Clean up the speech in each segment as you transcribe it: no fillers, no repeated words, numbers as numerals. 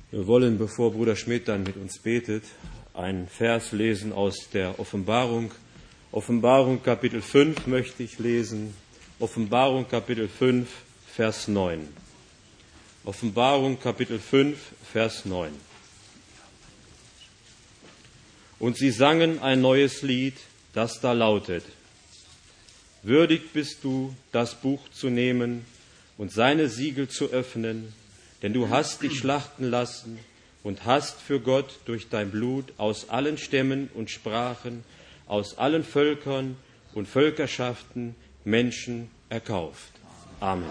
Wir wollen, bevor Bruder Schmidt dann mit uns betet, einen Vers lesen aus der Offenbarung. Offenbarung Kapitel 5 möchte ich lesen. Offenbarung Kapitel 5, Vers 9. Offenbarung Kapitel 5, Vers 9. Und sie sangen ein neues Lied, das da lautet: Würdig bist du, das Buch zu nehmen und seine Siegel zu öffnen, denn du hast dich schlachten lassen und hast für Gott durch dein Blut aus allen Stämmen und Sprachen, aus allen Völkern und Völkerschaften Menschen erkauft. Amen.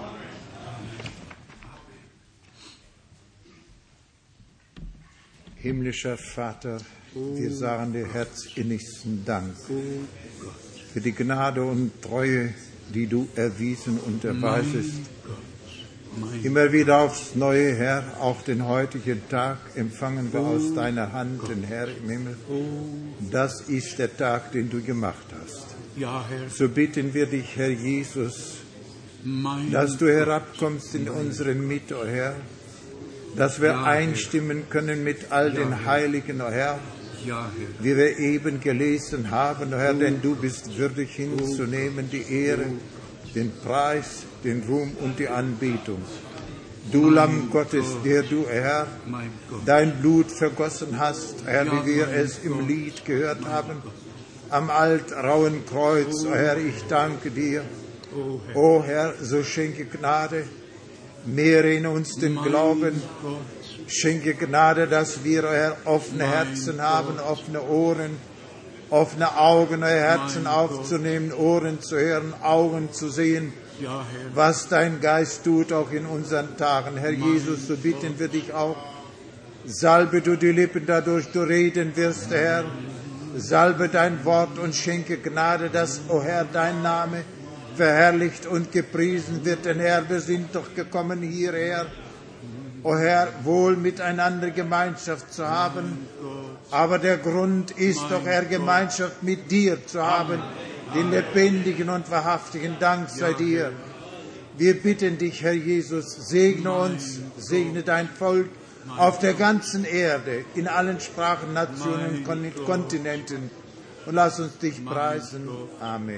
Himmlischer Vater, wir sagen dir herzinnigsten Dank für die Gnade und Treue, die du erwiesen und erweisest. Immer wieder aufs Neue, Herr, auch den heutigen Tag empfangen wir aus deiner Hand, den Herr im Himmel. Das ist der Tag, den du gemacht hast. So bitten wir dich, Herr Jesus, dass du herabkommst in unsere Mitte, o Herr, dass wir einstimmen können mit all den Heiligen, o Herr, wie wir eben gelesen haben, o Herr, denn du bist würdig hinzunehmen die Ehre, den Preis, den Ruhm und die Anbetung. Du Lamm Gottes, der du, Herr, dein Blut vergossen hast, Herr, wie wir es im Lied gehört haben, am altrauen Kreuz, o Herr, ich danke dir. O Herr, so schenke Gnade, mehre in uns den Glauben, schenke Gnade, dass wir, o Herr, offene Herzen haben, offene Ohren, offene Augen, o Herzen aufzunehmen, Ohren zu hören, Augen zu sehen, was dein Geist tut, auch in unseren Tagen. Herr Jesus, so bitten wir dich auch, salbe du die Lippen, dadurch du reden wirst, Herr, salbe dein Wort und schenke Gnade, dass, o Herr, dein Name verherrlicht und gepriesen wird, denn Herr, wir sind doch gekommen hierher, o Herr, wohl miteinander Gemeinschaft zu haben, aber der Grund ist doch, Herr, Gemeinschaft mit dir zu haben, den lebendigen und wahrhaftigen. Dank sei dir. Wir bitten dich, Herr Jesus, segne uns, segne dein Volk auf der ganzen Erde, in allen Sprachen, Nationen und Kontinenten, und lass uns dich preisen. Amen.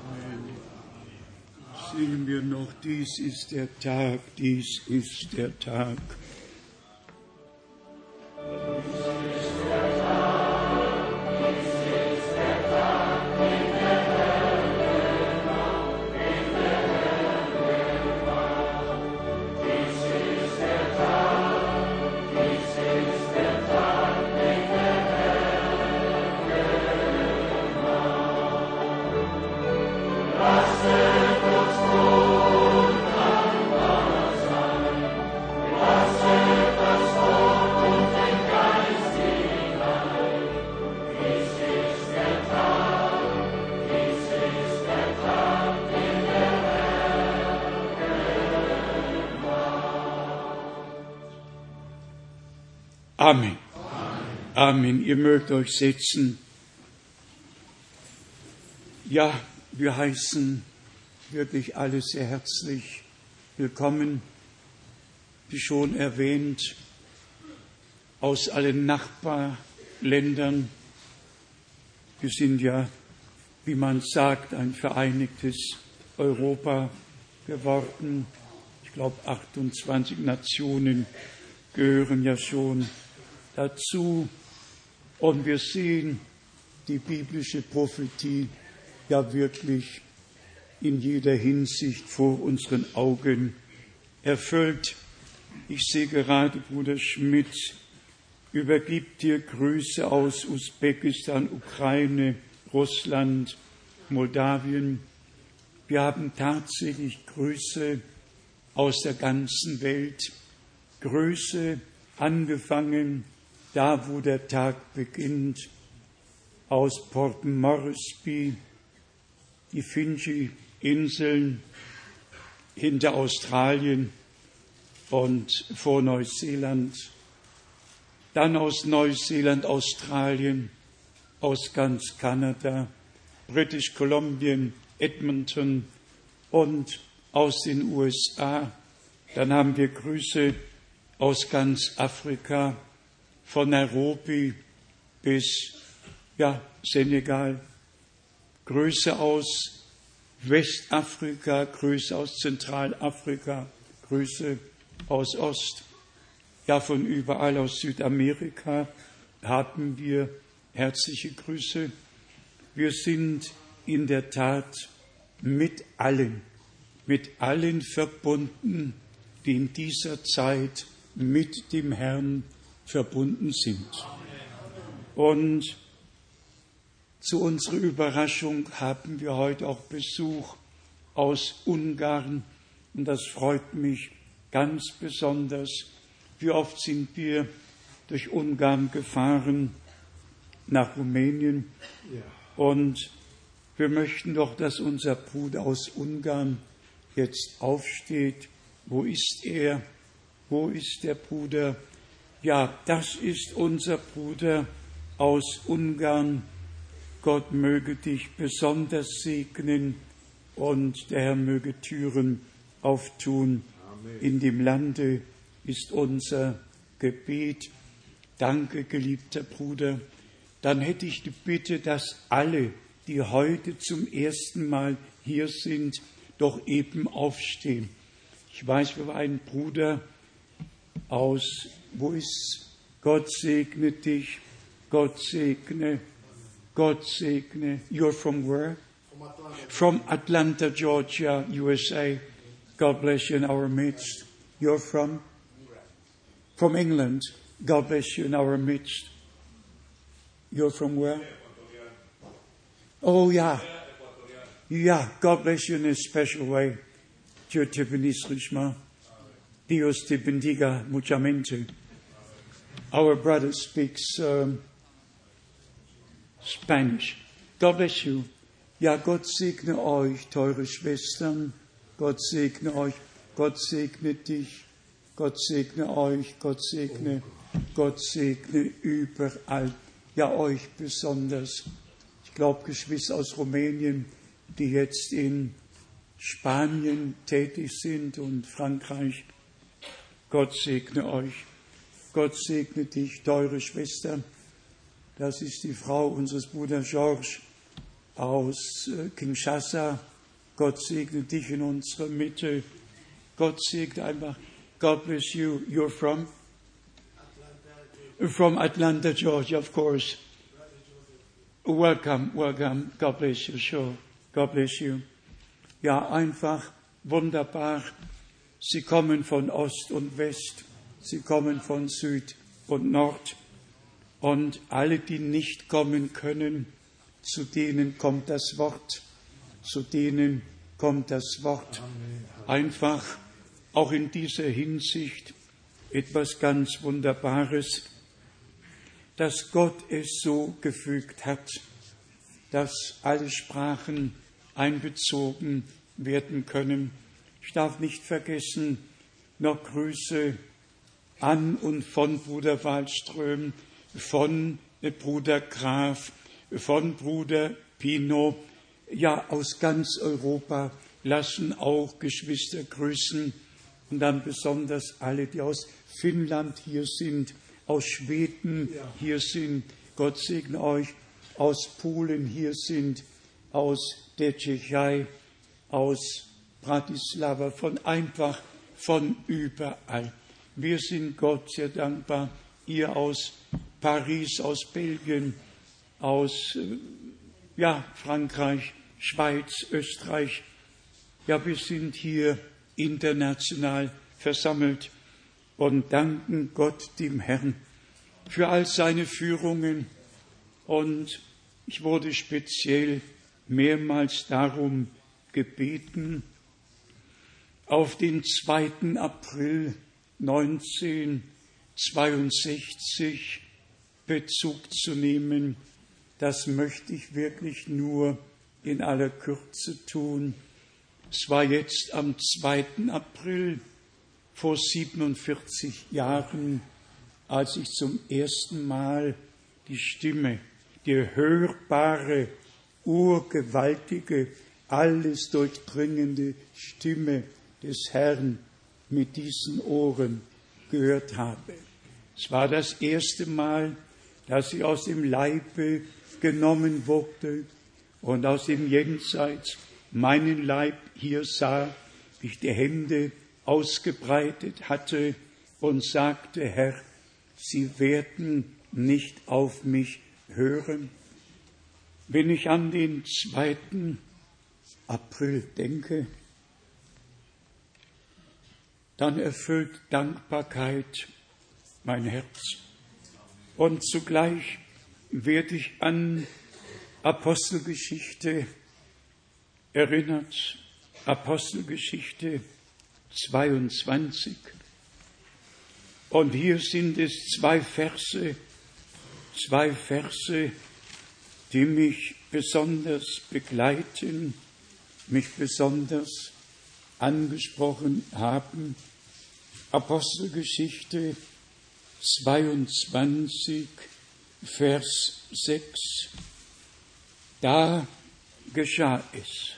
Singen wir noch, dies ist der Tag, dies ist der Tag. Amen. Amen. Ihr mögt euch setzen. Ja, wir heißen wirklich alle sehr herzlich willkommen, wie schon erwähnt, aus allen Nachbarländern. Wir sind ja, wie man sagt, ein vereinigtes Europa geworden. Ich glaube, 28 Nationen gehören ja schon dazu. Und wir sehen die biblische Prophetie ja wirklich in jeder Hinsicht vor unseren Augen erfüllt. Ich sehe gerade, Bruder Schmidt übergibt dir Grüße aus Usbekistan, Ukraine, Russland, Moldawien. Wir haben tatsächlich Grüße aus der ganzen Welt. Grüße angefangen, da wo der Tag beginnt, aus Port Moresby, die Fidschi-Inseln, hinter Australien und vor Neuseeland, dann aus Neuseeland, Australien, aus ganz Kanada, British Columbia, Edmonton und aus den USA. Dann haben wir Grüße aus ganz Afrika, von Nairobi bis Senegal, Grüße aus Westafrika, Grüße aus Zentralafrika, Grüße aus Ost, von überall aus Südamerika haben wir herzliche Grüße. Wir sind in der Tat mit allen verbunden, die in dieser Zeit mit dem Herrn verbunden sind. Und zu unserer Überraschung haben wir heute auch Besuch aus Ungarn und das freut mich ganz besonders. Wie oft sind wir durch Ungarn gefahren nach Rumänien und wir möchten doch, dass unser Bruder aus Ungarn jetzt aufsteht. Wo ist er? Wo ist der Bruder? Ja, das ist unser Bruder aus Ungarn. Gott möge dich besonders segnen und der Herr möge Türen auftun. Amen. In dem Lande ist unser Gebet. Danke, geliebter Bruder. Dann hätte ich die Bitte, dass alle, die heute zum ersten Mal hier sind, doch eben aufstehen. Ich weiß, wir haben einen Bruder aus, wo ist, Gott segne dich, Gott segne. You're from where? From Atlanta, Georgia, USA. God bless you in our midst. You're from? From England. God bless you in our midst. You're from where? Oh, yeah. Yeah, God bless you in a special way. Dios te bendiga, Dios te bendiga muchamente. Our brother speaks Spanish. God bless you. Ja, Gott segne euch, teure Schwestern. Gott segne euch. Gott segne dich. Gott segne euch. Gott segne überall. Ja, euch besonders. Ich glaube, Geschwister aus Rumänien, die jetzt in Spanien tätig sind und Frankreich. Gott segne euch. Gott segne dich, teure Schwester. Das ist die Frau unseres Bruders George aus Kinshasa. Gott segne dich in unserer Mitte. Gott segne einfach. God bless you. You're from? From Atlanta, Georgia, of course. Welcome. God bless you, sure. God bless you. Ja, einfach wunderbar. Sie kommen von Ost und West. Sie kommen von Süd und Nord. Und alle, die nicht kommen können, zu denen kommt das Wort. Zu denen kommt das Wort. Einfach auch in dieser Hinsicht etwas ganz Wunderbares, dass Gott es so gefügt hat, dass alle Sprachen einbezogen werden können. Ich darf nicht vergessen, noch Grüße an und von Bruder Wallström, von Bruder Graf, von Bruder Pino, ja aus ganz Europa lassen auch Geschwister grüßen und dann besonders alle, die aus Finnland hier sind, aus Schweden hier sind, Gott segne euch, aus Polen hier sind, aus der Tschechei, aus Bratislava, von überall. Wir sind Gott sehr dankbar, ihr aus Paris, aus Belgien, aus Frankreich, Schweiz, Österreich. Ja, wir sind hier international versammelt und danken Gott, dem Herrn, für all seine Führungen. Und ich wurde speziell mehrmals darum gebeten, auf den 2. April 1962 Bezug zu nehmen. Das möchte ich wirklich nur in aller Kürze tun. Es war jetzt am 2. April vor 47 Jahren, als ich zum ersten Mal die Stimme, die hörbare, urgewaltige, alles durchdringende Stimme des Herrn mit diesen Ohren gehört habe. Es war das erste Mal, dass sie aus dem Leibe genommen wurde und aus dem Jenseits meinen Leib hier sah, wie ich die Hände ausgebreitet hatte und sagte, Herr, Sie werden nicht auf mich hören. Wenn ich an den 2. April denke, dann erfüllt Dankbarkeit mein Herz. Und zugleich werde ich an Apostelgeschichte erinnert, Apostelgeschichte 22. Und hier sind es 2 Verse, die mich besonders begleiten, mich besonders angesprochen haben. Apostelgeschichte 22, Vers 6. Da geschah es.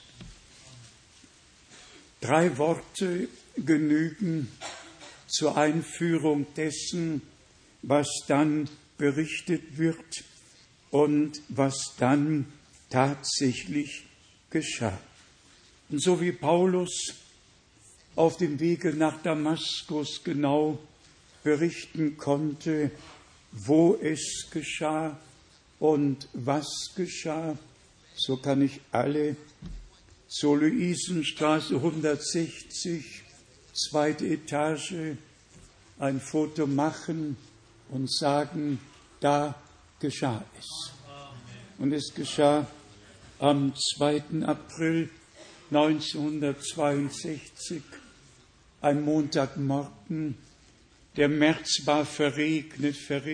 3 Worte genügen zur Einführung dessen, was dann berichtet wird und was dann tatsächlich geschah. Und so wie Paulus auf dem Wege nach Damaskus genau berichten konnte, wo es geschah und was geschah, so kann ich alle zur Luisenstraße 160, 2. Etage, ein Foto machen und sagen, da geschah es. Und es geschah am 2. April 1962, ein Montagmorgen. Der März war verregnet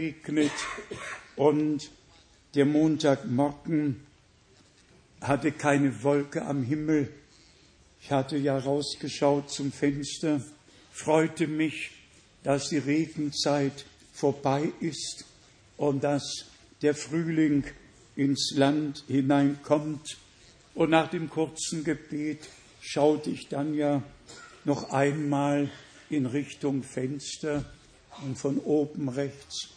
und der Montagmorgen hatte keine Wolke am Himmel. Ich hatte ja rausgeschaut zum Fenster, freute mich, dass die Regenzeit vorbei ist und dass der Frühling ins Land hineinkommt. Und nach dem kurzen Gebet schaute ich dann ja noch einmal in Richtung Fenster und von oben rechts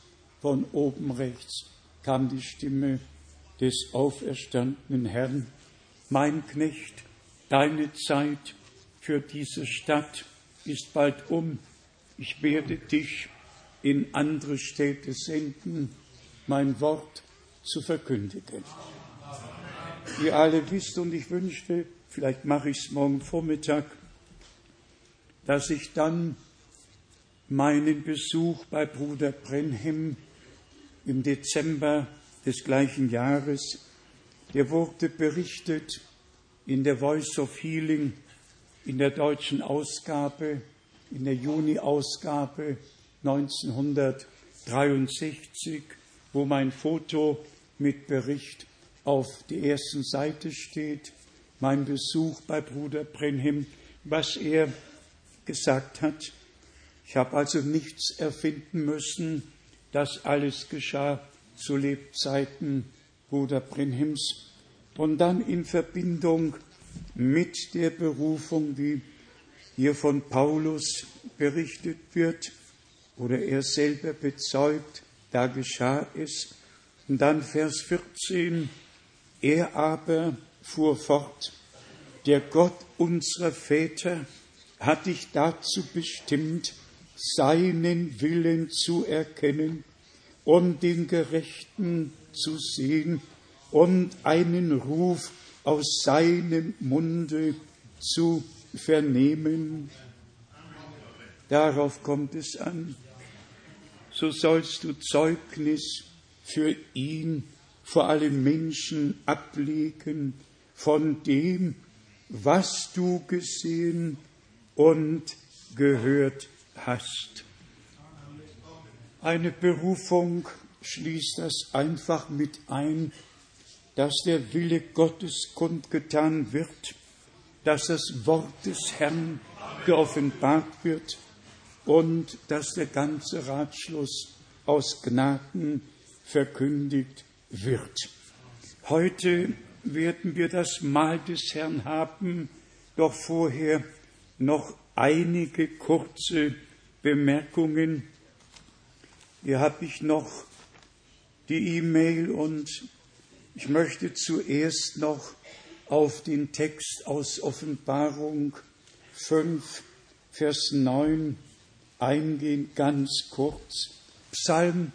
kam die Stimme des auferstandenen Herrn. Mein Knecht, deine Zeit für diese Stadt ist bald um. Ich werde dich in andere Städte senden, mein Wort zu verkündigen. Ihr alle wisst, und ich wünschte, vielleicht mache ich es morgen Vormittag, dass ich dann meinen Besuch bei Bruder Brenhem im Dezember des gleichen Jahres, der wurde berichtet in der Voice of Healing, in der deutschen Ausgabe, in der Juni-Ausgabe 1963, wo mein Foto mit Bericht auf der ersten Seite steht, mein Besuch bei Bruder Brenhem, was er gesagt hat. Ich habe also nichts erfinden müssen, das alles geschah zu Lebzeiten Bruder Brenhems. Und dann in Verbindung mit der Berufung, wie hier von Paulus berichtet wird, oder er selber bezeugt, da geschah es. Und dann Vers 14, er aber fuhr fort, der Gott unserer Väter hat dich dazu bestimmt, seinen Willen zu erkennen und den Gerechten zu sehen und einen Ruf aus seinem Munde zu vernehmen. Darauf kommt es an. So sollst du Zeugnis für ihn vor allen Menschen ablegen von dem, was du gesehen und gehört hast. Eine Berufung schließt das einfach mit ein, dass der Wille Gottes kundgetan wird, dass das Wort des Herrn geoffenbart wird und dass der ganze Ratschluss aus Gnaden verkündigt wird. Heute werden wir das Mahl des Herrn haben, doch vorher noch einige kurze Bemerkungen. Hier habe ich noch die E-Mail und ich möchte zuerst noch auf den Text aus Offenbarung 5, Vers 9 eingehen, ganz kurz. Psalm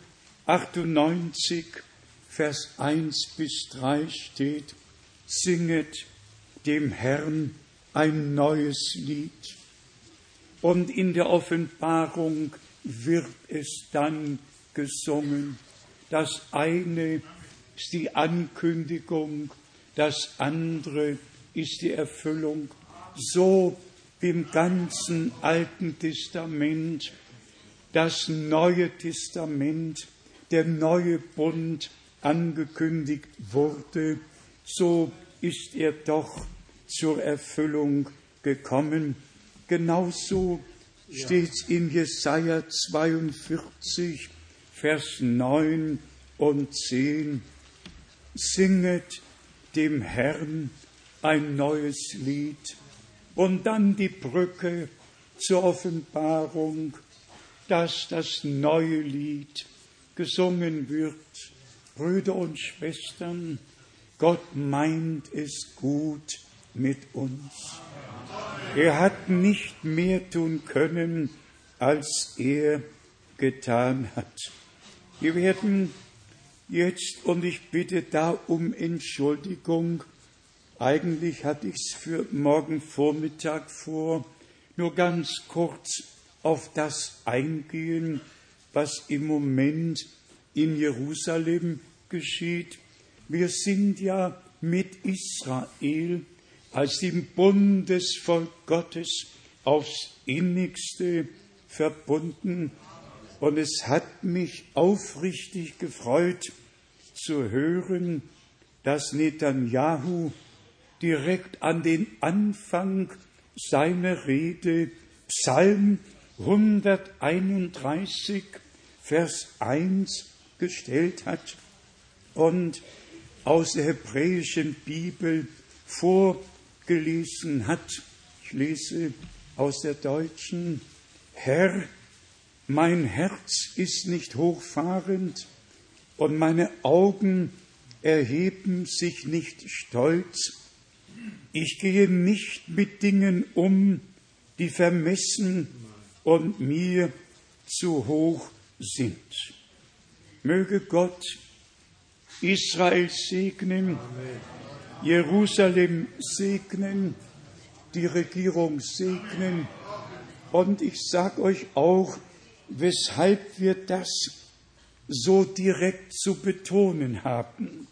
98, Vers 1 bis 3 steht: Singet dem Herrn ein neues Lied. Und in der Offenbarung wird es dann gesungen. Das eine ist die Ankündigung, das andere ist die Erfüllung. So wie im ganzen Alten Testament das Neue Testament, der neue Bund angekündigt wurde, so ist er doch zur Erfüllung gekommen. Genauso steht es in Jesaja 42, Vers 9 und 10. Singet dem Herrn ein neues Lied. Und dann die Brücke zur Offenbarung, dass das neue Lied gesungen wird. Brüder und Schwestern, Gott meint es gut mit uns. Er hat nicht mehr tun können, als er getan hat. Wir werden jetzt, und ich bitte da um Entschuldigung, eigentlich hatte ich es für morgen Vormittag vor, nur ganz kurz auf das eingehen, was im Moment in Jerusalem geschieht. Wir sind ja mit Israel als dem Bundesvolk Gottes aufs Innigste verbunden. Und es hat mich aufrichtig gefreut zu hören, dass Netanjahu direkt an den Anfang seiner Rede Psalm 131, Vers 1 gestellt hat und aus der hebräischen Bibel vorgelesen hat. Ich lese aus der deutschen: Herr, mein Herz ist nicht hochfahrend und meine Augen erheben sich nicht stolz. Ich gehe nicht mit Dingen um, die vermessen und mir zu hoch sind. Möge Gott Israel segnen, Jerusalem segnen, die Regierung segnen. Und ich sage euch auch, weshalb wir das so direkt zu betonen haben.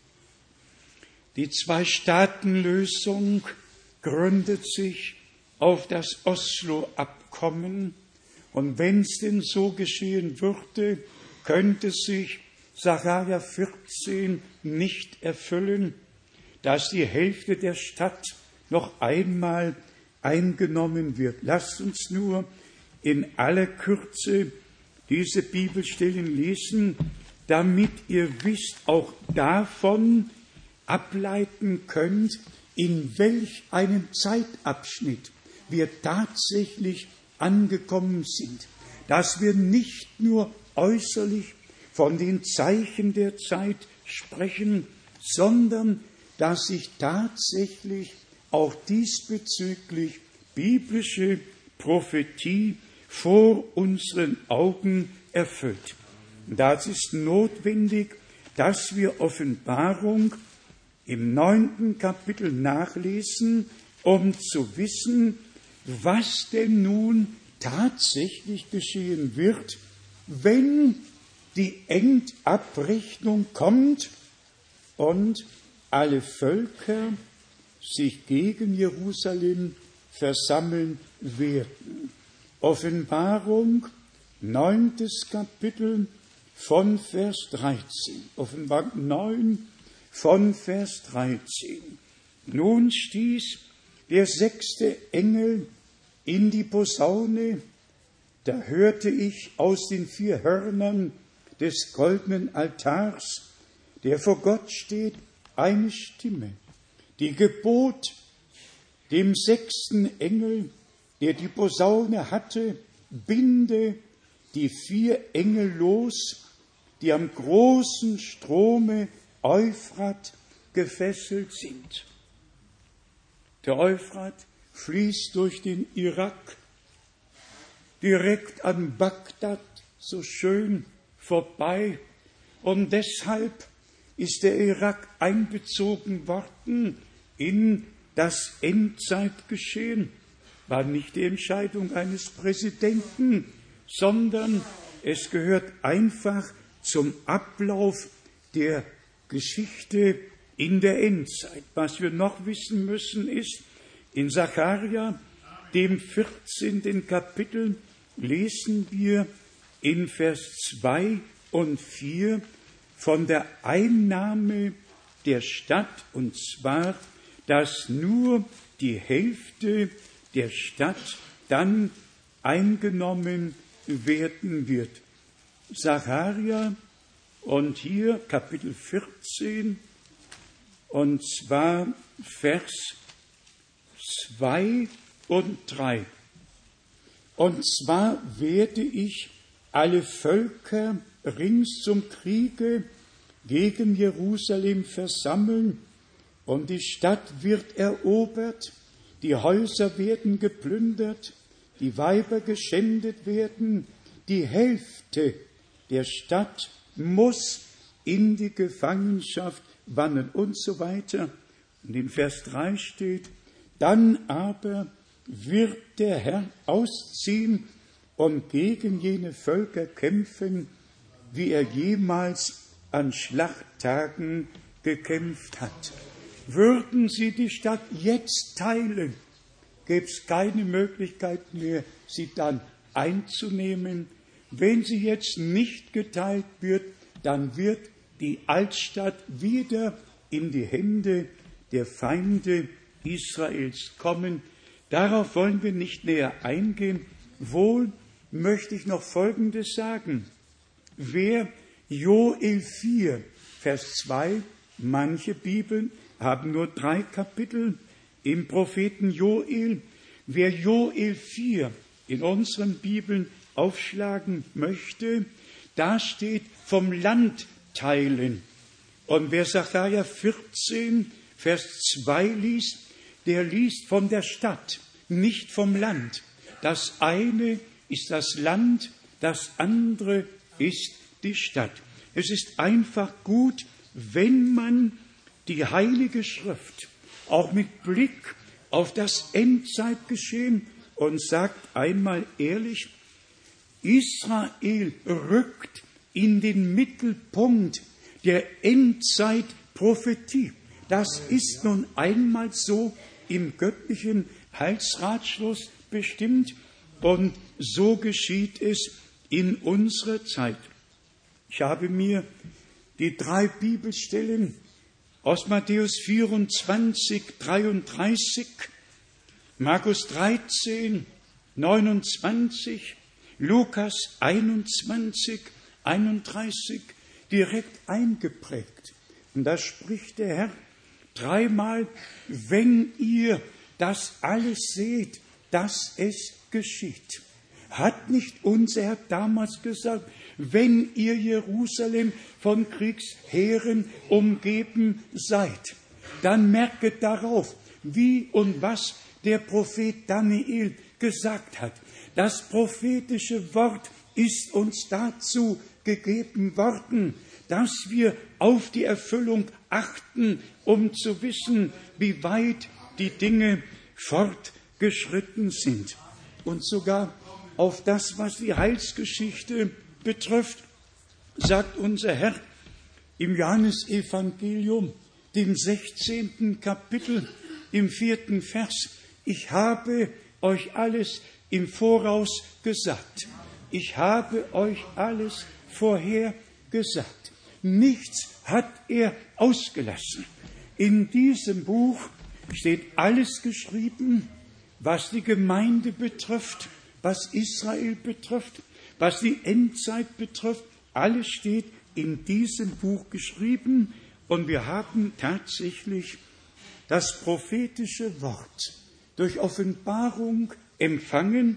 Die Zwei-Staaten-Lösung gründet sich auf das Oslo-Abkommen. Und wenn es denn so geschehen würde, könnte sich Sacharja 14 nicht erfüllen, dass die Hälfte der Stadt noch einmal eingenommen wird. Lasst uns nur in aller Kürze diese Bibelstellen lesen, damit ihr wisst, auch davon ableiten könnt, in welch einem Zeitabschnitt wir tatsächlich angekommen sind, dass wir nicht nur äußerlich von den Zeichen der Zeit sprechen, sondern dass sich tatsächlich auch diesbezüglich biblische Prophetie vor unseren Augen erfüllt. Das ist notwendig, dass wir Offenbarung im 9. Kapitel nachlesen, um zu wissen, was denn nun tatsächlich geschehen wird, wenn die Endabrechnung kommt und alle Völker sich gegen Jerusalem versammeln werden. Offenbarung, 9. Kapitel von Vers 13. Offenbarung 9 von Vers 13. Nun stieß der 6. Engel in die Posaune, da hörte ich aus den 4 Hörnern des goldenen Altars, der vor Gott steht, eine Stimme, die gebot dem 6. Engel, der die Posaune hatte, binde die 4 Engel los, die am großen Strome Euphrat gefesselt sind. Der Euphrat fließt durch den Irak, direkt an Bagdad, so schön vorbei. Und deshalb ist der Irak einbezogen worden in das Endzeitgeschehen. War nicht die Entscheidung eines Präsidenten, sondern es gehört einfach zum Ablauf der Geschichte in der Endzeit. Was wir noch wissen müssen ist, in Sacharja, dem 14. Kapitel, lesen wir in Vers 2 und 4 von der Einnahme der Stadt, und zwar, dass nur die Hälfte der Stadt dann eingenommen werden wird. Sacharja und hier Kapitel 14 und zwar Vers 2 und 3. Und zwar werde ich alle Völker rings zum Kriege gegen Jerusalem versammeln, und die Stadt wird erobert, die Häuser werden geplündert, die Weiber geschändet werden, die Hälfte der Stadt muss in die Gefangenschaft wandern und so weiter. Und in Vers 3 steht, dann aber wird der Herr ausziehen und gegen jene Völker kämpfen, wie er jemals an Schlachttagen gekämpft hat. Würden sie die Stadt jetzt teilen, gäbe es keine Möglichkeit mehr, sie dann einzunehmen. Wenn sie jetzt nicht geteilt wird, dann wird die Altstadt wieder in die Hände der Feinde Israels kommen. Darauf wollen wir nicht näher eingehen. Wohl möchte ich noch Folgendes sagen. Wer Joel 4, Vers 2, manche Bibeln haben nur 3 Kapitel im Propheten Joel. Wer Joel 4 in unseren Bibeln aufschlagen möchte, da steht vom Land teilen. Und wer Sacharja 14, Vers 2 liest, der liest von der Stadt, nicht vom Land. Das eine ist das Land, das andere ist die Stadt. Es ist einfach gut, wenn man die Heilige Schrift auch mit Blick auf das Endzeitgeschehen und sagt einmal ehrlich, Israel rückt in den Mittelpunkt der Endzeitprophetie. Das ist nun einmal so im göttlichen Heilsratschluss bestimmt und so geschieht es in unserer Zeit. Ich habe mir die 3 Bibelstellen aus Matthäus 24, 33, Markus 13, 29, Lukas 21, 31 direkt eingeprägt. Und da spricht der Herr 3-mal, wenn ihr das alles seht, dass es geschieht. Hat nicht unser Herr damals gesagt, wenn ihr Jerusalem von Kriegsheeren umgeben seid, dann merket darauf, wie und was der Prophet Daniel gesagt hat. Das prophetische Wort ist uns dazu gegeben worden, dass wir auf die Erfüllung achten, um zu wissen, wie weit die Dinge fortgeschritten sind. Und sogar auf das, was die Heilsgeschichte betrifft, sagt unser Herr im Johannesevangelium, dem 16. Kapitel, im 4. Vers, ich habe euch alles im Voraus gesagt. Ich habe euch alles vorher gesagt. Nichts hat er ausgelassen. In diesem Buch steht alles geschrieben, was die Gemeinde betrifft, was Israel betrifft, was die Endzeit betrifft. Alles steht in diesem Buch geschrieben und wir haben tatsächlich das prophetische Wort durch Offenbarung empfangen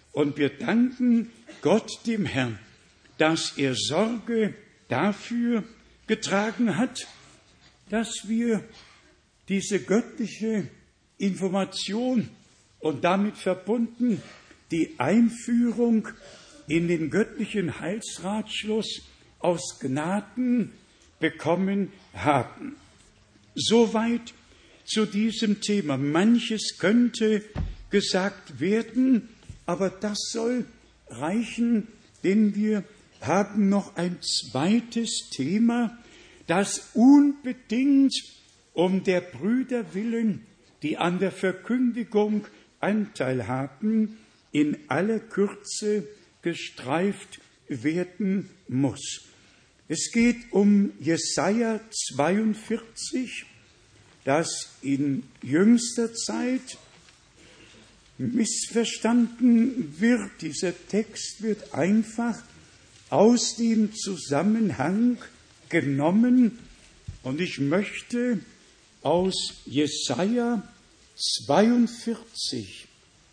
Und wir danken Gott, dem Herrn, dass er Sorge dafür getragen hat, dass wir diese göttliche Information und damit verbunden die Einführung in den göttlichen Heilsratschluss aus Gnaden bekommen haben. Soweit zu diesem Thema. Manches könnte gesagt werden, aber das soll reichen, denn wir haben noch ein zweites Thema, das unbedingt um der Brüder willen, die an der Verkündigung Anteil haben, in aller Kürze gestreift werden muss. Es geht um Jesaja 42, das in jüngster Zeit missverstanden wird. Dieser Text wird einfach aus dem Zusammenhang genommen und ich möchte aus Jesaja 42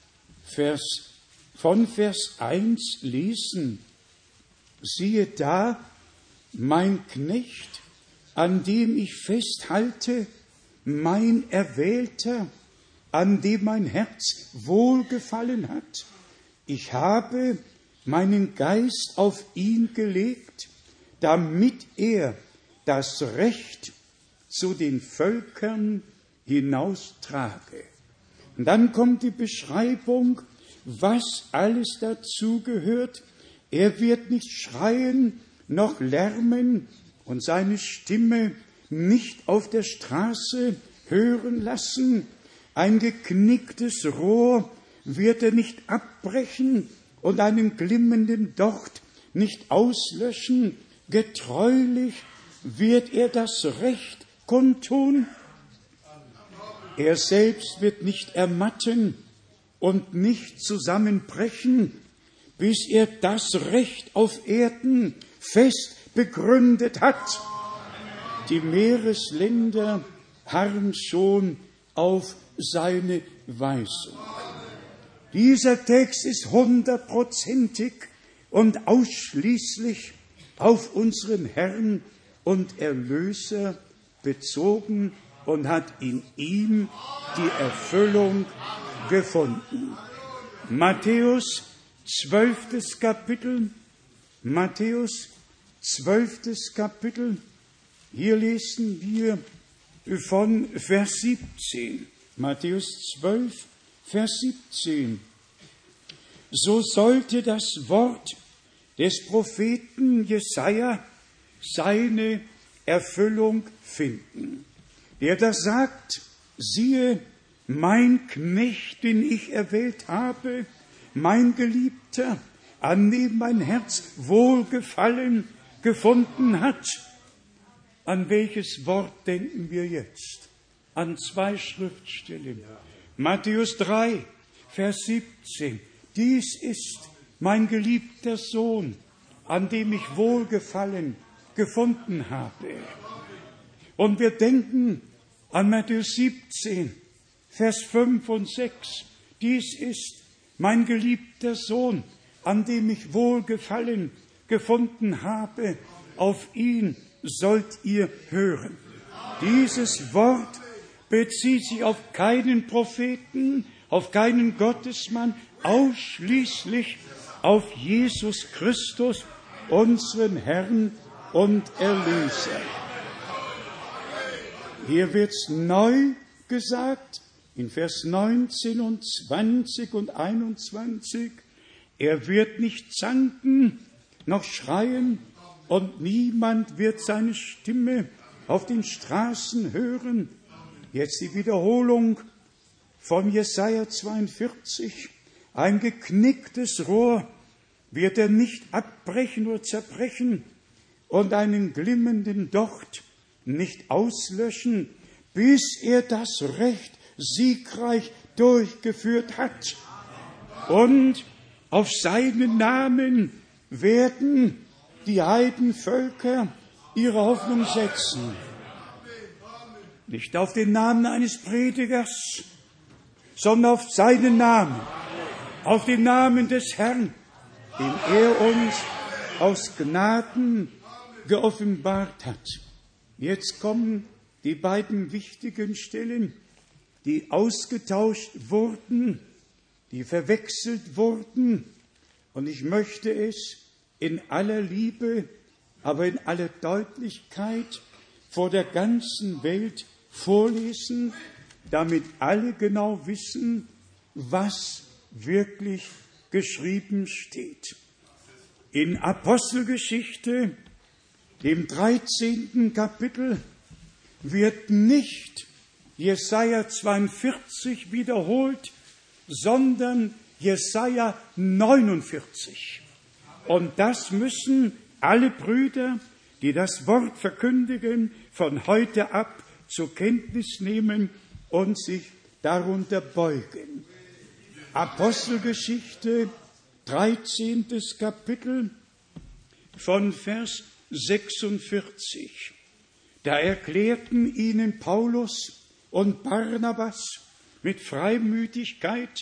von Vers 1 lesen. Siehe da, mein Knecht, an dem ich festhalte, mein Erwählter, an dem mein Herz wohlgefallen hat. Ich habe meinen Geist auf ihn gelegt, damit er das Recht zu den Völkern hinaustrage. Und dann kommt die Beschreibung, was alles dazu gehört. Er wird nicht schreien, noch lärmen und seine Stimme nicht auf der Straße hören lassen. Ein geknicktes Rohr wird er nicht abbrechen und einen glimmenden Docht nicht auslöschen. Getreulich wird er das Recht kundtun. Er selbst wird nicht ermatten und nicht zusammenbrechen, bis er das Recht auf Erden fest begründet hat. Die Meeresländer harren schon auf seine Weisung. Dieser Text ist 100%ig und ausschließlich auf unseren Herrn und Erlöser bezogen und hat in ihm die Erfüllung gefunden. Matthäus 12. Kapitel, hier lesen wir von Vers 17. Matthäus 12, Vers 17. So sollte das Wort des Propheten Jesaja seine Erfüllung finden, der da sagt, siehe, mein Knecht, den ich erwählt habe, mein Geliebter, an dem mein Herz Wohlgefallen gefunden hat. An welches Wort denken wir jetzt? An zwei Schriftstellen. Matthäus 3, Vers 17. Dies ist mein geliebter Sohn, an dem ich Wohlgefallen gefunden habe. Und wir denken an Matthäus 17, Vers 5 und 6. Dies ist mein geliebter Sohn, an dem ich Wohlgefallen gefunden habe. Auf ihn sollt ihr hören. Dieses Wort bezieht sich auf keinen Propheten, auf keinen Gottesmann, ausschließlich auf Jesus Christus, unseren Herrn und Erlöser. Hier wird's neu gesagt, in Vers 19 und 20 und 21, er wird nicht zanken, noch schreien, und niemand wird seine Stimme auf den Straßen hören. Jetzt die Wiederholung von Jesaja 42. Ein geknicktes Rohr wird er nicht abbrechen oder zerbrechen und einen glimmenden Docht nicht auslöschen, bis er das Recht siegreich durchgeführt hat. Und auf seinen Namen werden die Heidenvölker ihre Hoffnung setzen. Nicht auf den Namen eines Predigers, sondern auf seinen Namen. auf den Namen des Herrn, den er uns aus Gnaden geoffenbart hat. Jetzt kommen die beiden wichtigen Stellen, die ausgetauscht wurden, die verwechselt wurden. Und ich möchte es in aller Liebe, aber in aller Deutlichkeit vor der ganzen Welt vorlesen, damit alle genau wissen, was wirklich geschrieben steht. In Apostelgeschichte, dem 13. Kapitel, wird nicht Jesaja 42 wiederholt, sondern Jesaja 49. Und das müssen alle Brüder, die das Wort verkündigen, von heute ab zur Kenntnis nehmen und sich darunter beugen. Apostelgeschichte, 13. Kapitel, von Vers 46. Da erklärten ihnen Paulus und Barnabas mit Freimütigkeit: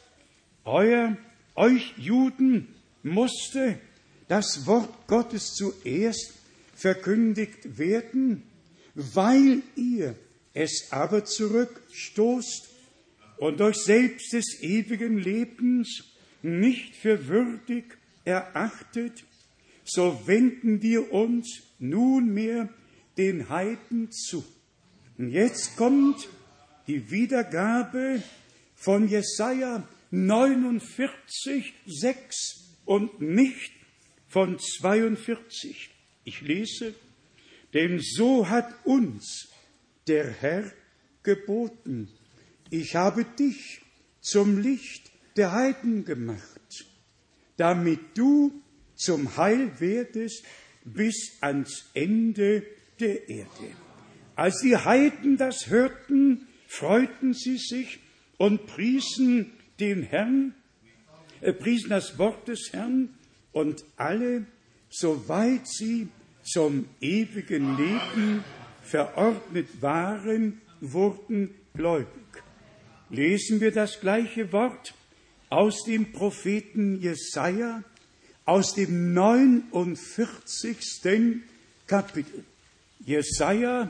Euch Juden musste das Wort Gottes zuerst verkündigt werden, weil ihr es aber zurückstoßt und euch selbst des ewigen Lebens nicht für würdig erachtet, so wenden wir uns nunmehr den Heiden zu. Und jetzt kommt die Wiedergabe von Jesaja 49, 6 und nicht von 42. Ich lese: Denn so hat uns der Herr geboten: Ich habe dich zum Licht der Heiden gemacht, damit du zum Heil werdest bis ans Ende der Erde. Als die Heiden das hörten, freuten sie sich und priesen den Herrn, priesen das Wort des Herrn, und alle, soweit sie zum ewigen Leben verordnet waren, wurden gläubig. Lesen wir das gleiche Wort aus dem Propheten Jesaja, aus dem 49. Kapitel. Jesaja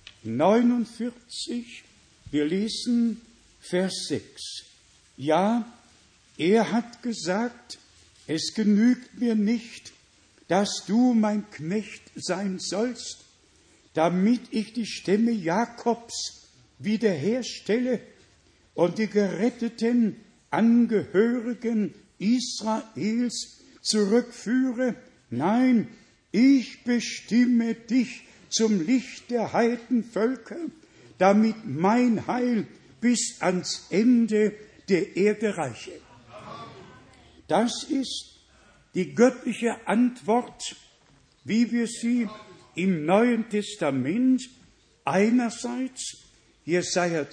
49, wir lesen Vers 6. Ja, er hat gesagt: Es genügt mir nicht, dass du mein Knecht sein sollst, damit ich die Stämme Jakobs wiederherstelle und die geretteten Angehörigen Israels zurückführe. Nein, ich bestimme dich zum Licht der Heidenvölker, damit mein Heil bis ans Ende der Erde reiche. Das ist die göttliche Antwort, wie wir sie im Neuen Testament einerseits Jesaja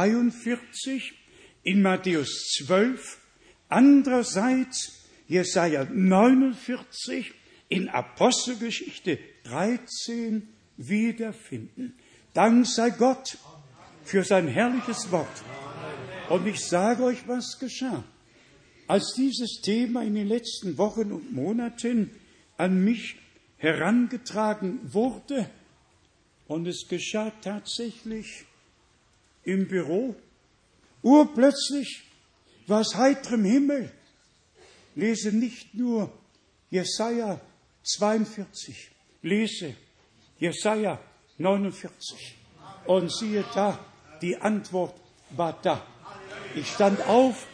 42, in Matthäus 12, andererseits Jesaja 49, in Apostelgeschichte 13 wiederfinden. Dank sei Gott für sein herrliches Wort. Und ich sage euch, was geschah. Als dieses Thema in den letzten Wochen und Monaten an mich herangetragen wurde, und es geschah tatsächlich im Büro, urplötzlich war es heiterem Himmel. Lese nicht nur Jesaja 42, lese Jesaja 49 und siehe da, die Antwort war da. Ich stand auf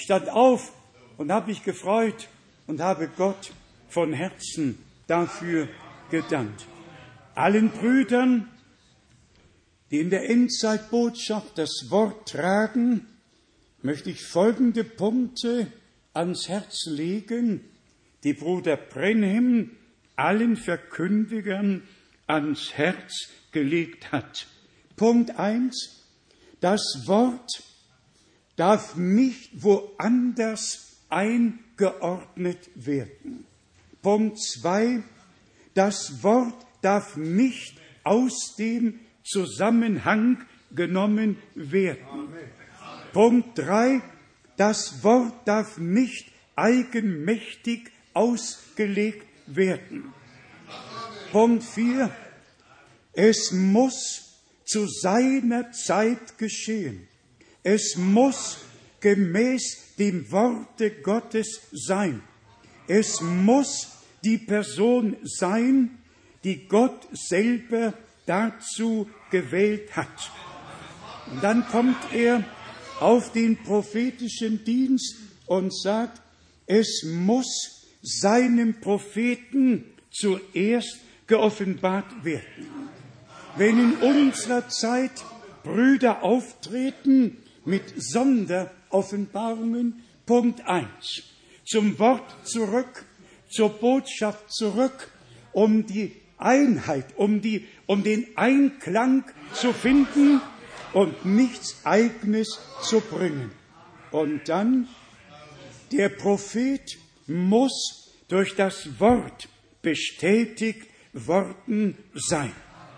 und habe mich gefreut und habe Gott von Herzen dafür gedankt. Allen Brüdern, die in der Endzeitbotschaft das Wort tragen, möchte ich folgende Punkte ans Herz legen, die Bruder Brenhem allen Verkündigern ans Herz gelegt hat. Punkt 1, das Wort darf nicht woanders eingeordnet werden. Punkt 2, das Wort darf nicht aus dem Zusammenhang genommen werden. Punkt 3, das Wort darf nicht eigenmächtig ausgelegt werden. Punkt 4. Es muss zu seiner Zeit geschehen. Es muss gemäß dem Worte Gottes sein. Es muss die Person sein, die Gott selber dazu gewählt hat. Und dann kommt er auf den prophetischen Dienst und sagt, es muss seinem Propheten zuerst geoffenbart werden. Wenn in unserer Zeit Brüder auftreten mit Sonderoffenbarungen, Punkt 1, zum Wort zurück, zur Botschaft zurück, um die Einheit, um den Einklang zu finden und nichts Eigenes zu bringen. Und dann, der Prophet muss durch das Wort bestätigt worden sein.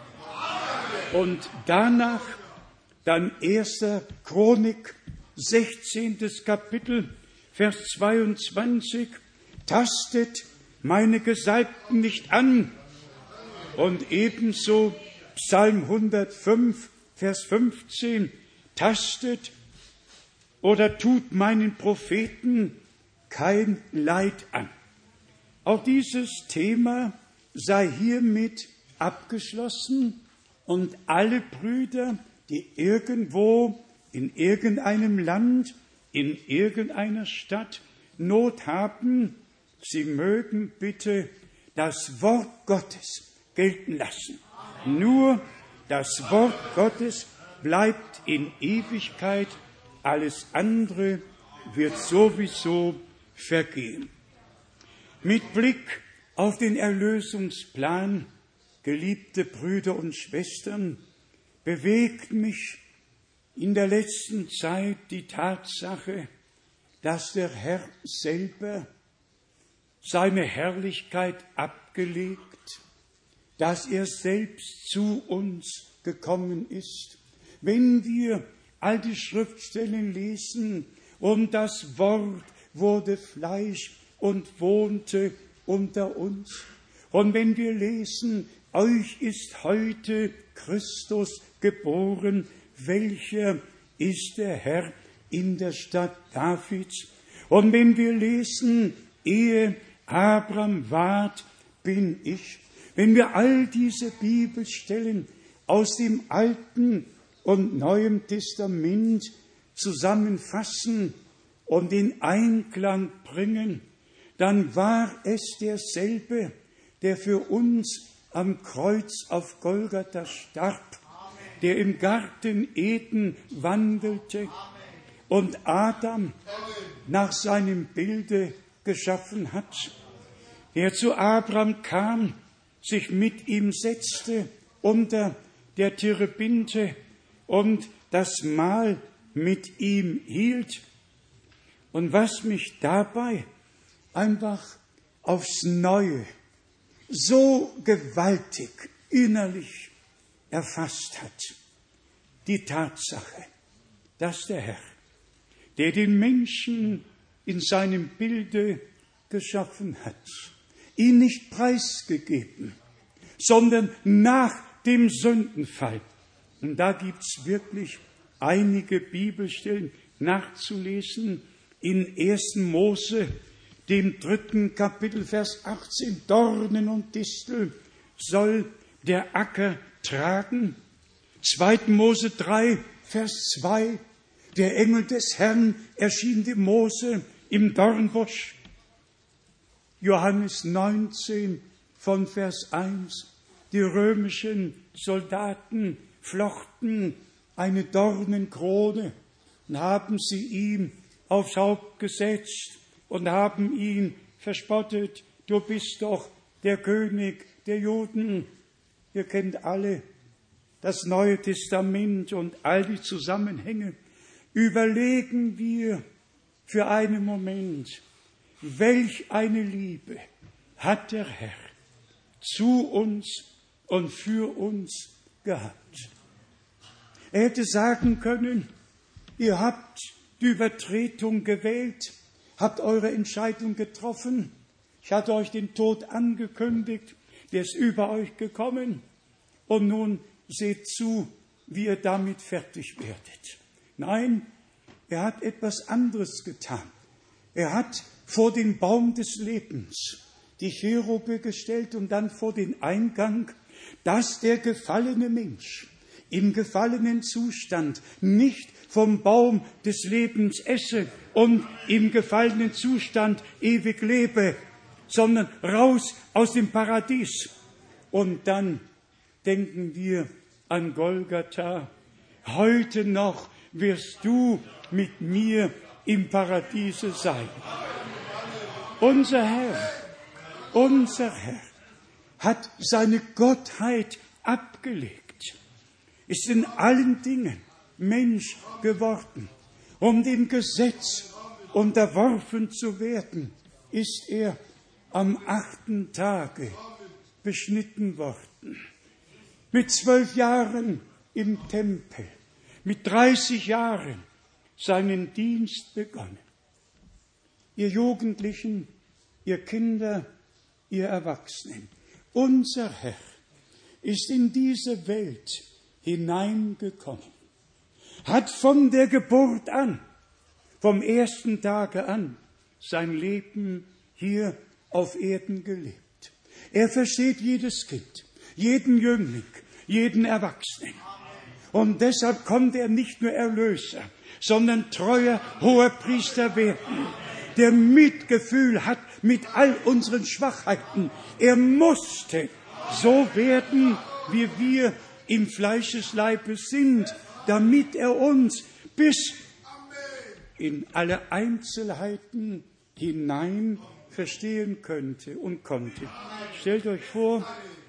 Und danach dann 1. Chronik, 16. Kapitel, Vers 22, tastet meine Gesalbten nicht an. Und ebenso Psalm 105, Vers 15, tastet oder tut meinen Propheten kein Leid an. Auch dieses Thema sei hiermit abgeschlossen und alle Brüder, die irgendwo in irgendeinem Land, in irgendeiner Stadt Not haben, sie mögen bitte das Wort Gottes gelten lassen. Nur das Wort Gottes bleibt in Ewigkeit, alles andere wird sowieso vergehen. Mit Blick auf den Erlösungsplan, geliebte Brüder und Schwestern, bewegt mich in der letzten Zeit die Tatsache, dass der Herr selber seine Herrlichkeit abgelegt, dass er selbst zu uns gekommen ist. Wenn wir all die Schriftstellen lesen, und das Wort wurde Fleisch und wohnte unter uns. Und wenn wir lesen, euch ist heute Christus geboren, welcher ist der Herr in der Stadt Davids. Und wenn wir lesen, ehe Abraham ward, bin ich. Wenn wir all diese Bibelstellen aus dem Alten und Neuen Testament zusammenfassen und in Einklang bringen, dann war es derselbe, der für uns am Kreuz auf Golgatha starb, der im Garten Eden wandelte und Adam nach seinem Bilde geschaffen hat, der zu Abraham kam, sich mit ihm setzte unter der Terebinte und das Mahl mit ihm hielt. Und was mich dabei einfach aufs Neue so gewaltig innerlich erfasst hat, die Tatsache, dass der Herr, der den Menschen in seinem Bilde geschaffen hat, ihn nicht preisgegeben, sondern nach dem Sündenfall. Und da gibt's wirklich einige Bibelstellen nachzulesen. In 1. Mose, dem 3. Kapitel, Vers 18, Dornen und Distel soll der Acker tragen. 2. Mose 3, Vers 2, der Engel des Herrn erschien dem Mose im Dornbusch. Johannes 19 von Vers 1, die römischen Soldaten flochten eine Dornenkrone und haben sie ihm aufs Haupt gesetzt und haben ihn verspottet. Du bist doch der König der Juden. Ihr kennt alle das Neue Testament und all die Zusammenhänge. Überlegen wir für einen Moment, welch eine Liebe hat der Herr zu uns und für uns gehabt. Er hätte sagen können, ihr habt die Übertretung gewählt, habt eure Entscheidung getroffen. Ich hatte euch den Tod angekündigt, der ist über euch gekommen. Und nun seht zu, wie ihr damit fertig werdet. Nein, er hat etwas anderes getan. Er hat vor den Baum des Lebens die Cherube gestellt und dann vor den Eingang, dass der gefallene Mensch im gefallenen Zustand nicht vom Baum des Lebens esse und im gefallenen Zustand ewig lebe, sondern raus aus dem Paradies. Und dann denken wir an Golgatha. Heute noch wirst du mit mir im Paradiese sein. Unser Herr hat seine Gottheit abgelegt, ist in allen Dingen Mensch geworden. Um dem Gesetz unterworfen zu werden, ist er am 8. Tage beschnitten worden. Mit 12 Jahren im Tempel, mit 30 Jahren seinen Dienst begonnen. Ihr Jugendlichen, ihr Kinder, ihr Erwachsenen, unser Herr ist in diese Welt hineingekommen, hat von der Geburt an, vom ersten Tage an, sein Leben hier auf Erden gelebt. Er versteht jedes Kind, jeden Jüngling, jeden Erwachsenen. Und deshalb konnte er nicht nur Erlöser, sondern treuer Hohepriester werden, der Mitgefühl hat mit all unseren Schwachheiten. Er musste so werden, wie wir im Fleischesleibe sind, damit er uns bis in alle Einzelheiten hinein verstehen könnte und konnte. Stellt euch vor,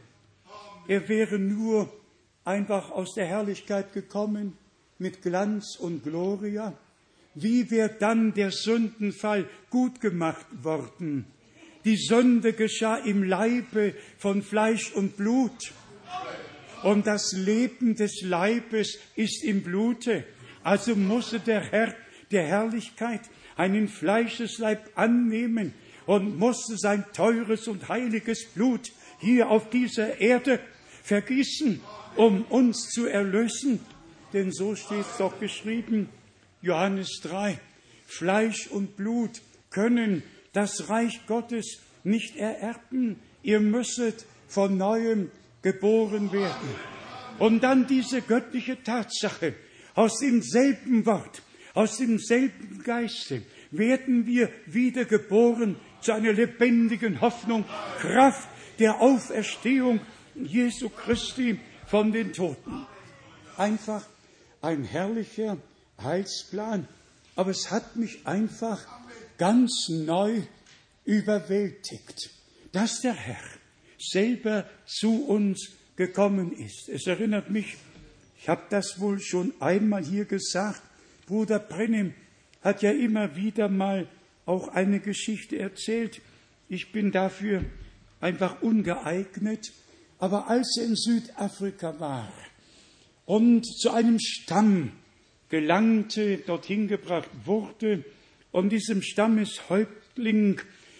er wäre nur einfach aus der Herrlichkeit gekommen mit Glanz und Gloria. Wie wäre dann der Sündenfall gut gemacht worden? Die Sünde geschah im Leibe von Fleisch und Blut. Und das Leben des Leibes ist im Blute. Also musste der Herr der Herrlichkeit einen Fleischesleib annehmen und musste sein teures und heiliges Blut hier auf dieser Erde vergießen, um uns zu erlösen. Denn so steht es doch geschrieben, Johannes 3, Fleisch und Blut können das Reich Gottes nicht ererben. Ihr müsstet von Neuem geboren werden. Und dann diese göttliche Tatsache, aus demselben Wort, aus demselben Geiste werden wir wiedergeboren zu einer lebendigen Hoffnung, Kraft der Auferstehung Jesu Christi von den Toten. Einfach ein herrlicher Heilsplan, aber es hat mich einfach ganz neu überwältigt, dass der Herr selber zu uns gekommen ist. Es erinnert mich, ich habe das wohl schon einmal hier gesagt, Bruder Brennim hat ja immer wieder mal auch eine Geschichte erzählt. Ich bin dafür einfach ungeeignet, aber als er in Südafrika war und zu einem Stamm gelangte, dorthin gebracht wurde und diesem Stammeshäuptling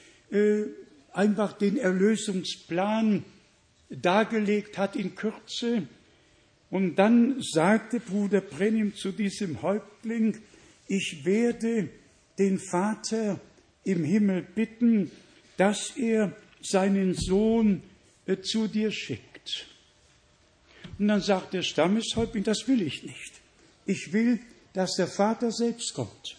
einfach den Erlösungsplan dargelegt hat in Kürze. Und dann sagte Bruder Brennim zu diesem Häuptling, ich werde den Vater im Himmel bitten, dass er seinen Sohn zu dir schickt. Und dann sagt der Stammeshäuptling, das will ich nicht. Ich will, dass der Vater selbst kommt.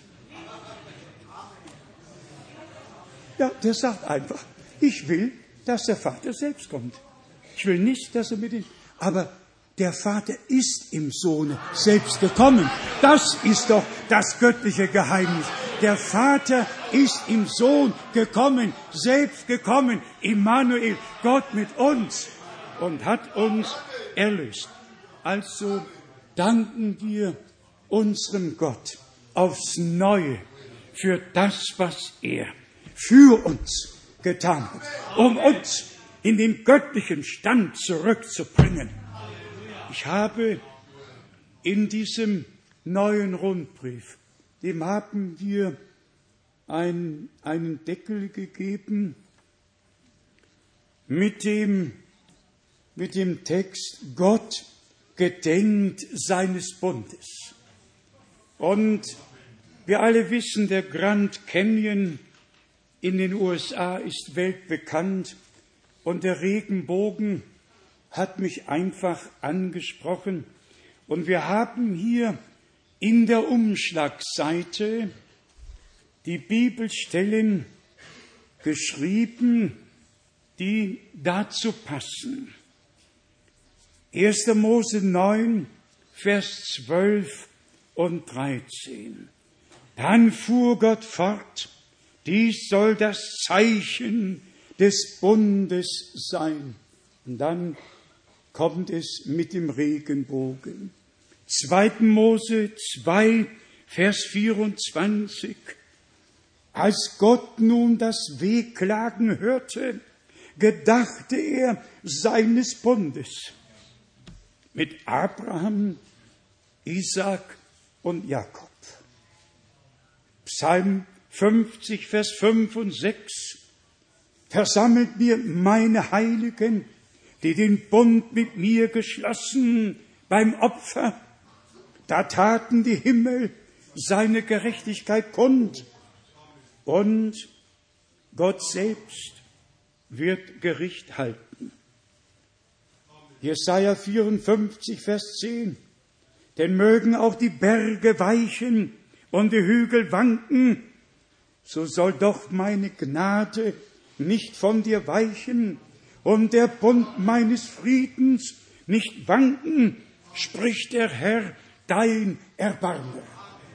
Ja, der sagt einfach, ich will, dass der Vater selbst kommt. Ich will nicht, dass er mit ihm... Aber der Vater ist im Sohne selbst gekommen. Das ist doch das göttliche Geheimnis. Der Vater ist im Sohn gekommen, selbst gekommen, Immanuel, Gott mit uns, und hat uns erlöst. Also danken wir unserem Gott aufs Neue für das, was er für uns getan hat, um uns in den göttlichen Stand zurückzubringen. Ich habe in diesem neuen Rundbrief dem haben wir einen Deckel gegeben mit dem Text: Gott gedenkt seines Bundes. Und wir alle wissen, der Grand Canyon in den USA ist weltbekannt und der Regenbogen hat mich einfach angesprochen. Und wir haben hier in der Umschlagseite die Bibelstellen geschrieben, die dazu passen. 1. Mose 9, Vers 12 und 13. Dann fuhr Gott fort: Dies soll das Zeichen des Bundes sein. Und dann kommt es mit dem Regenbogen. 2. Mose 2, Vers 24. Als Gott nun das Wehklagen hörte, gedachte er seines Bundes mit Abraham, Isaak und Jakob. Psalm 50, Vers 5 und 6. Versammelt mir meine Heiligen, die den Bund mit mir geschlossen beim Opfer. Da taten die Himmel seine Gerechtigkeit kund. Und Gott selbst wird Gericht halten. Jesaja 54, Vers 10. Denn mögen auch die Berge weichen und die Hügel wanken, so soll doch meine Gnade nicht von dir weichen und der Bund meines Friedens nicht wanken, spricht der Herr, dein Erbarmer.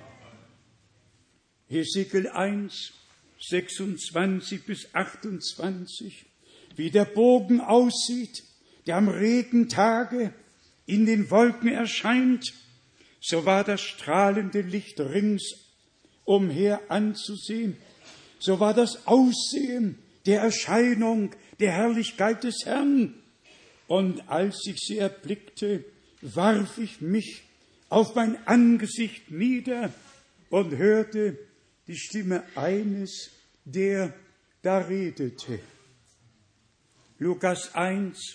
Hesekiel 1, 26 bis 28, wie der Bogen aussieht, der am Regentage in den Wolken erscheint, so war das strahlende Licht ringsumher anzusehen, so war das Aussehen der Erscheinung der Herrlichkeit des Herrn. Und als ich sie erblickte, warf ich mich auf mein Angesicht nieder und hörte die Stimme eines, der da redete. Lukas 1,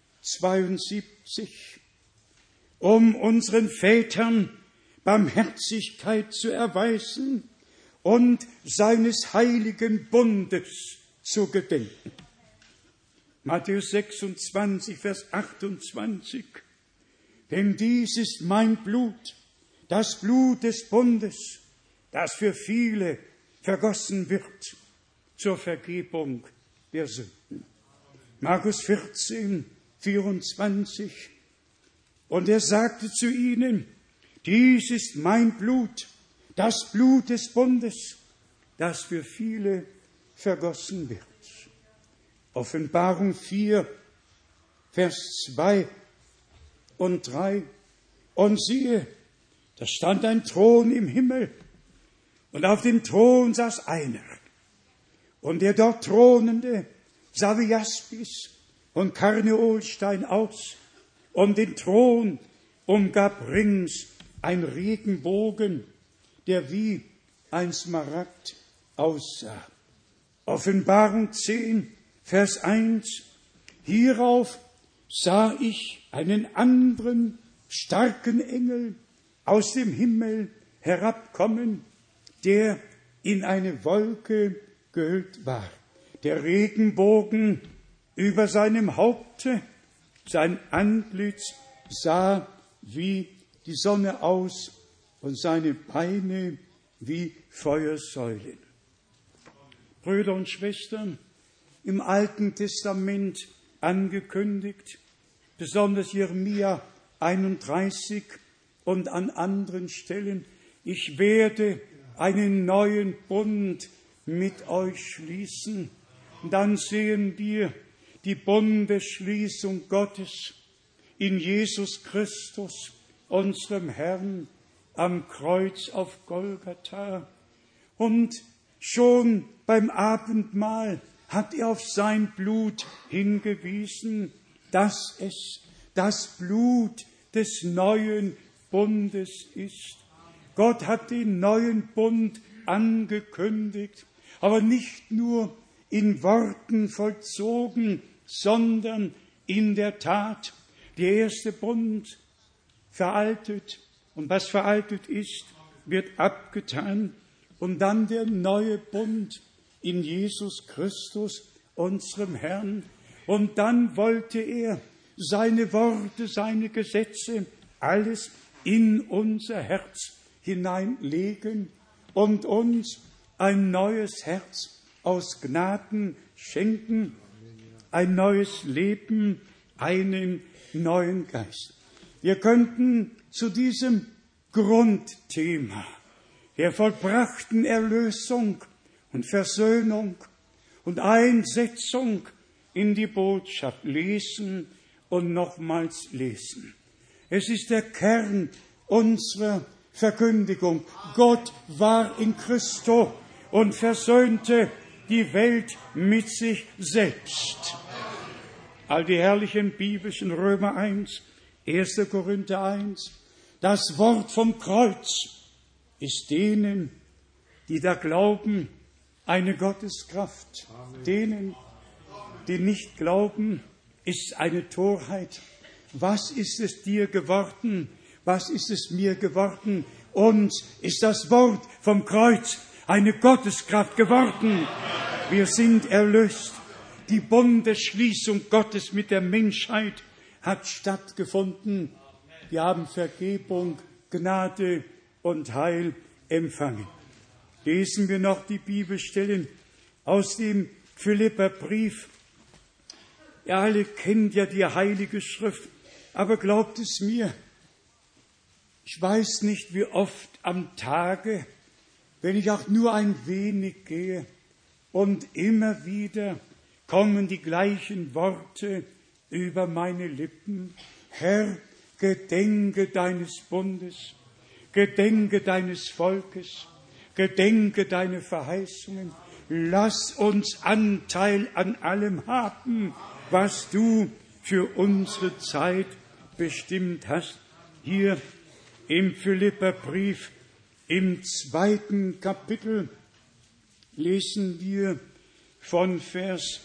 72. Um unseren Vätern Barmherzigkeit zu erweisen und seines heiligen Bundes zu gedenken. Matthäus 26, Vers 28. Denn dies ist mein Blut, das Blut des Bundes, das für viele vergossen wird zur Vergebung der Sünden. Markus 14, 24. Und er sagte zu ihnen: Dies ist mein Blut, das Blut des Bundes, das für viele vergossen wird. Offenbarung 4, Vers 2 und 3. Und siehe, da stand ein Thron im Himmel, und auf dem Thron saß einer. Und der dort Thronende sah wie Jaspis und Karneolstein aus, und den Thron umgab rings ein Regenbogen, der wie ein Smaragd aussah. Offenbarung 10, Vers 1. Hierauf sah ich einen anderen starken Engel aus dem Himmel herabkommen, der in eine Wolke gehüllt war. Der Regenbogen über seinem Haupte, sein Antlitz sah wie die Sonne aus und seine Beine wie Feuersäulen. Brüder und Schwestern, im Alten Testament angekündigt, besonders Jeremia 31 und an anderen Stellen: Ich werde einen neuen Bund mit euch schließen. Und dann sehen wir die Bundesschließung Gottes in Jesus Christus, unserem Herrn, am Kreuz auf Golgatha. Und schon beim Abendmahl hat er auf sein Blut hingewiesen, dass es das Blut des neuen Bundes ist. Gott hat den neuen Bund angekündigt, aber nicht nur in Worten vollzogen, sondern in der Tat. Der erste Bund veraltet, und was veraltet ist, wird abgetan, und dann der neue Bund in Jesus Christus, unserem Herrn. Und dann wollte er seine Worte, seine Gesetze, alles in unser Herz hineinlegen und uns ein neues Herz aus Gnaden schenken, ein neues Leben, einen neuen Geist. Wir könnten zu diesem Grundthema der vollbrachten Erlösung und Versöhnung und Einsetzung in die Botschaft lesen und nochmals lesen. Es ist der Kern unserer Verkündigung. Gott war in Christo und versöhnte die Welt mit sich selbst. All die herrlichen biblischen Römer 1, 1. Korinther 1, das Wort vom Kreuz ist denen, die da glauben, eine Gotteskraft. Denen, die nicht glauben, ist eine Torheit. Was ist es dir geworden? Was ist es mir geworden? Uns ist das Wort vom Kreuz eine Gotteskraft geworden. Wir sind erlöst. Die Bundesschließung Gottes mit der Menschheit hat stattgefunden. Wir haben Vergebung, Gnade und Heil empfangen. Lesen wir noch die Bibelstellen aus dem Philipperbrief. Ihr alle kennt ja die Heilige Schrift, aber glaubt es mir, ich weiß nicht, wie oft am Tage, wenn ich auch nur ein wenig gehe, und immer wieder kommen die gleichen Worte über meine Lippen. Herr, gedenke deines Bundes, gedenke deines Volkes, gedenke deine Verheißungen. Lass uns Anteil an allem haben, was du für unsere Zeit bestimmt hast. Hier im Philipperbrief im 2. Kapitel lesen wir von Vers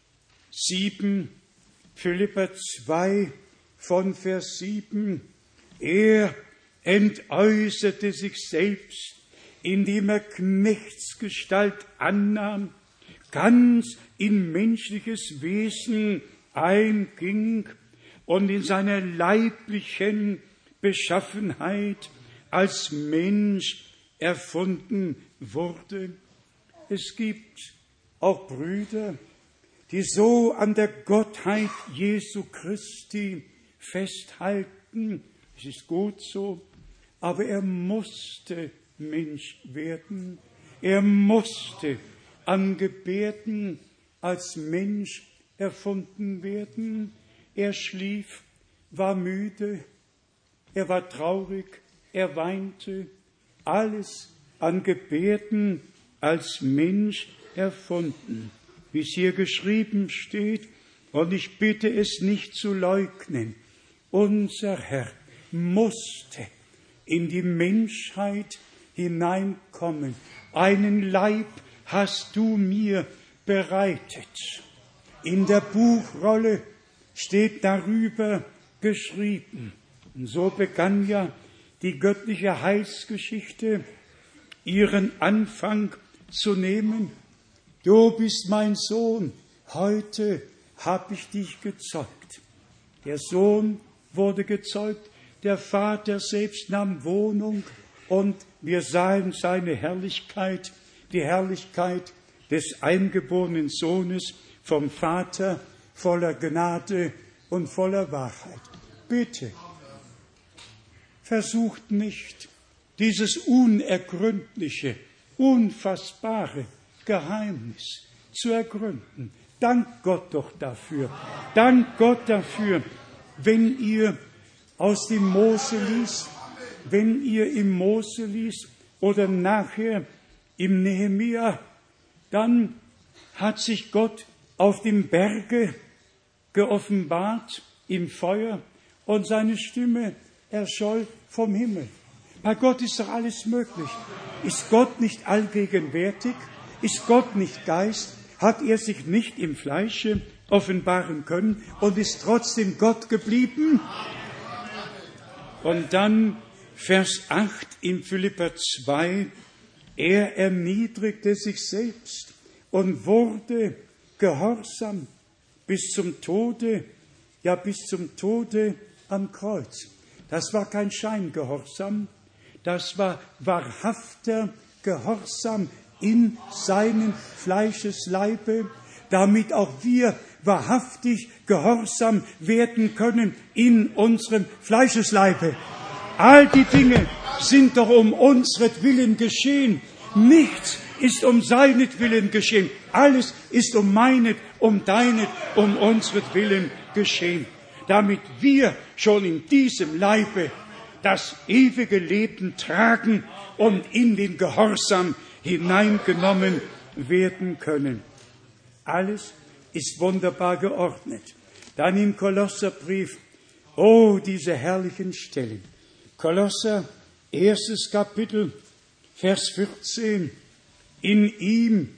7, Philipper 2 von Vers 7. Er entäußerte sich selbst, indem er Knechtsgestalt annahm, ganz in menschliches Wesen einging und in seiner leiblichen Beschaffenheit als Mensch erfunden wurde. Es gibt auch Brüder, die so an der Gottheit Jesu Christi festhalten. Es ist gut so, aber er musste Mensch werden. Er musste an Gebärden als Mensch erfunden werden. Er schlief, war müde, er war traurig, er weinte. Alles an Gebärden als Mensch erfunden, wie es hier geschrieben steht. Und ich bitte es nicht zu leugnen. Unser Herr musste in die Menschheit hineinkommen. Einen Leib hast du mir bereitet. In der Buchrolle steht darüber geschrieben. Und so begann ja die göttliche Heilsgeschichte ihren Anfang zu nehmen. Du bist mein Sohn, heute habe ich dich gezeugt. Der Sohn wurde gezeugt, der Vater selbst nahm Wohnung und wir sahen seine Herrlichkeit, die Herrlichkeit des eingeborenen Sohnes vom Vater, voller Gnade und voller Wahrheit. Bitte, versucht nicht, dieses unergründliche, unfassbare Geheimnis zu ergründen. Dank Gott doch dafür. Dank Gott dafür, wenn ihr aus dem Mose liest, wenn ihr im Mose liest oder nachher im Nehemia, dann hat sich Gott auf dem Berge geoffenbart im Feuer und seine Stimme erscholl vom Himmel. Bei Gott ist doch alles möglich. Ist Gott nicht allgegenwärtig? Ist Gott nicht Geist? Hat er sich nicht im Fleische offenbaren können und ist trotzdem Gott geblieben? Und dann Vers 8 in Philipper 2, er erniedrigte sich selbst und wurde gehorsam bis zum Tode, ja bis zum Tode am Kreuz. Das war kein Scheingehorsam, das war wahrhafter Gehorsam in seinem Fleischesleibe, damit auch wir wahrhaftig gehorsam werden können in unserem Fleischesleibe. All die Dinge sind doch um unsretwillen geschehen. Nichts ist um seinetwillen geschehen. Alles ist um meinet, um deinet, um unsretwillen geschehen. Damit wir schon in diesem Leibe das ewige Leben tragen und in den Gehorsam hineingenommen werden können. Alles ist wunderbar geordnet. Dann im Kolosserbrief, oh, diese herrlichen Stellen. Kolosser, 1. Kapitel, Vers 14. In ihm,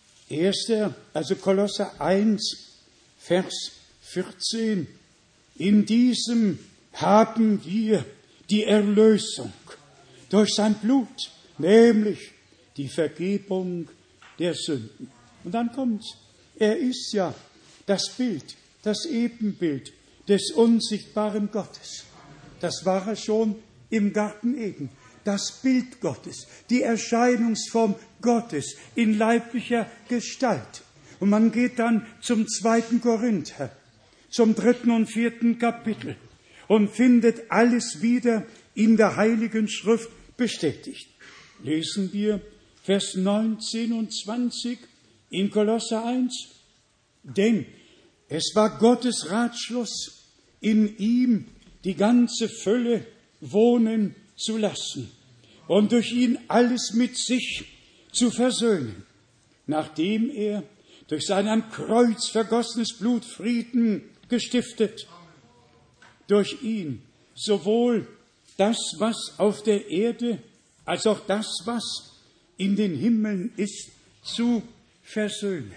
Kolosser 1, Vers 14. In diesem haben wir die Erlösung durch sein Blut, nämlich die Vergebung der Sünden. Und dann kommt's. Er ist ja das Bild, das Ebenbild des unsichtbaren Gottes. Das war er schon im Garten Eden. Das Bild Gottes, die Erscheinungsform Gottes in leiblicher Gestalt. Und man geht dann zum 2. Korinther, zum 3. und 4. Kapitel und findet alles wieder in der Heiligen Schrift bestätigt. Lesen wir Vers 19 und 20 in Kolosser 1. Denn es war Gottes Ratschluss, in ihm die ganze Fülle wohnen zu lassen und durch ihn alles mit sich zu versöhnen, nachdem er durch sein am Kreuz vergossenes Blut Frieden gestiftet, durch ihn sowohl das, was auf der Erde, als auch das, was in den Himmeln ist, zu versöhnen.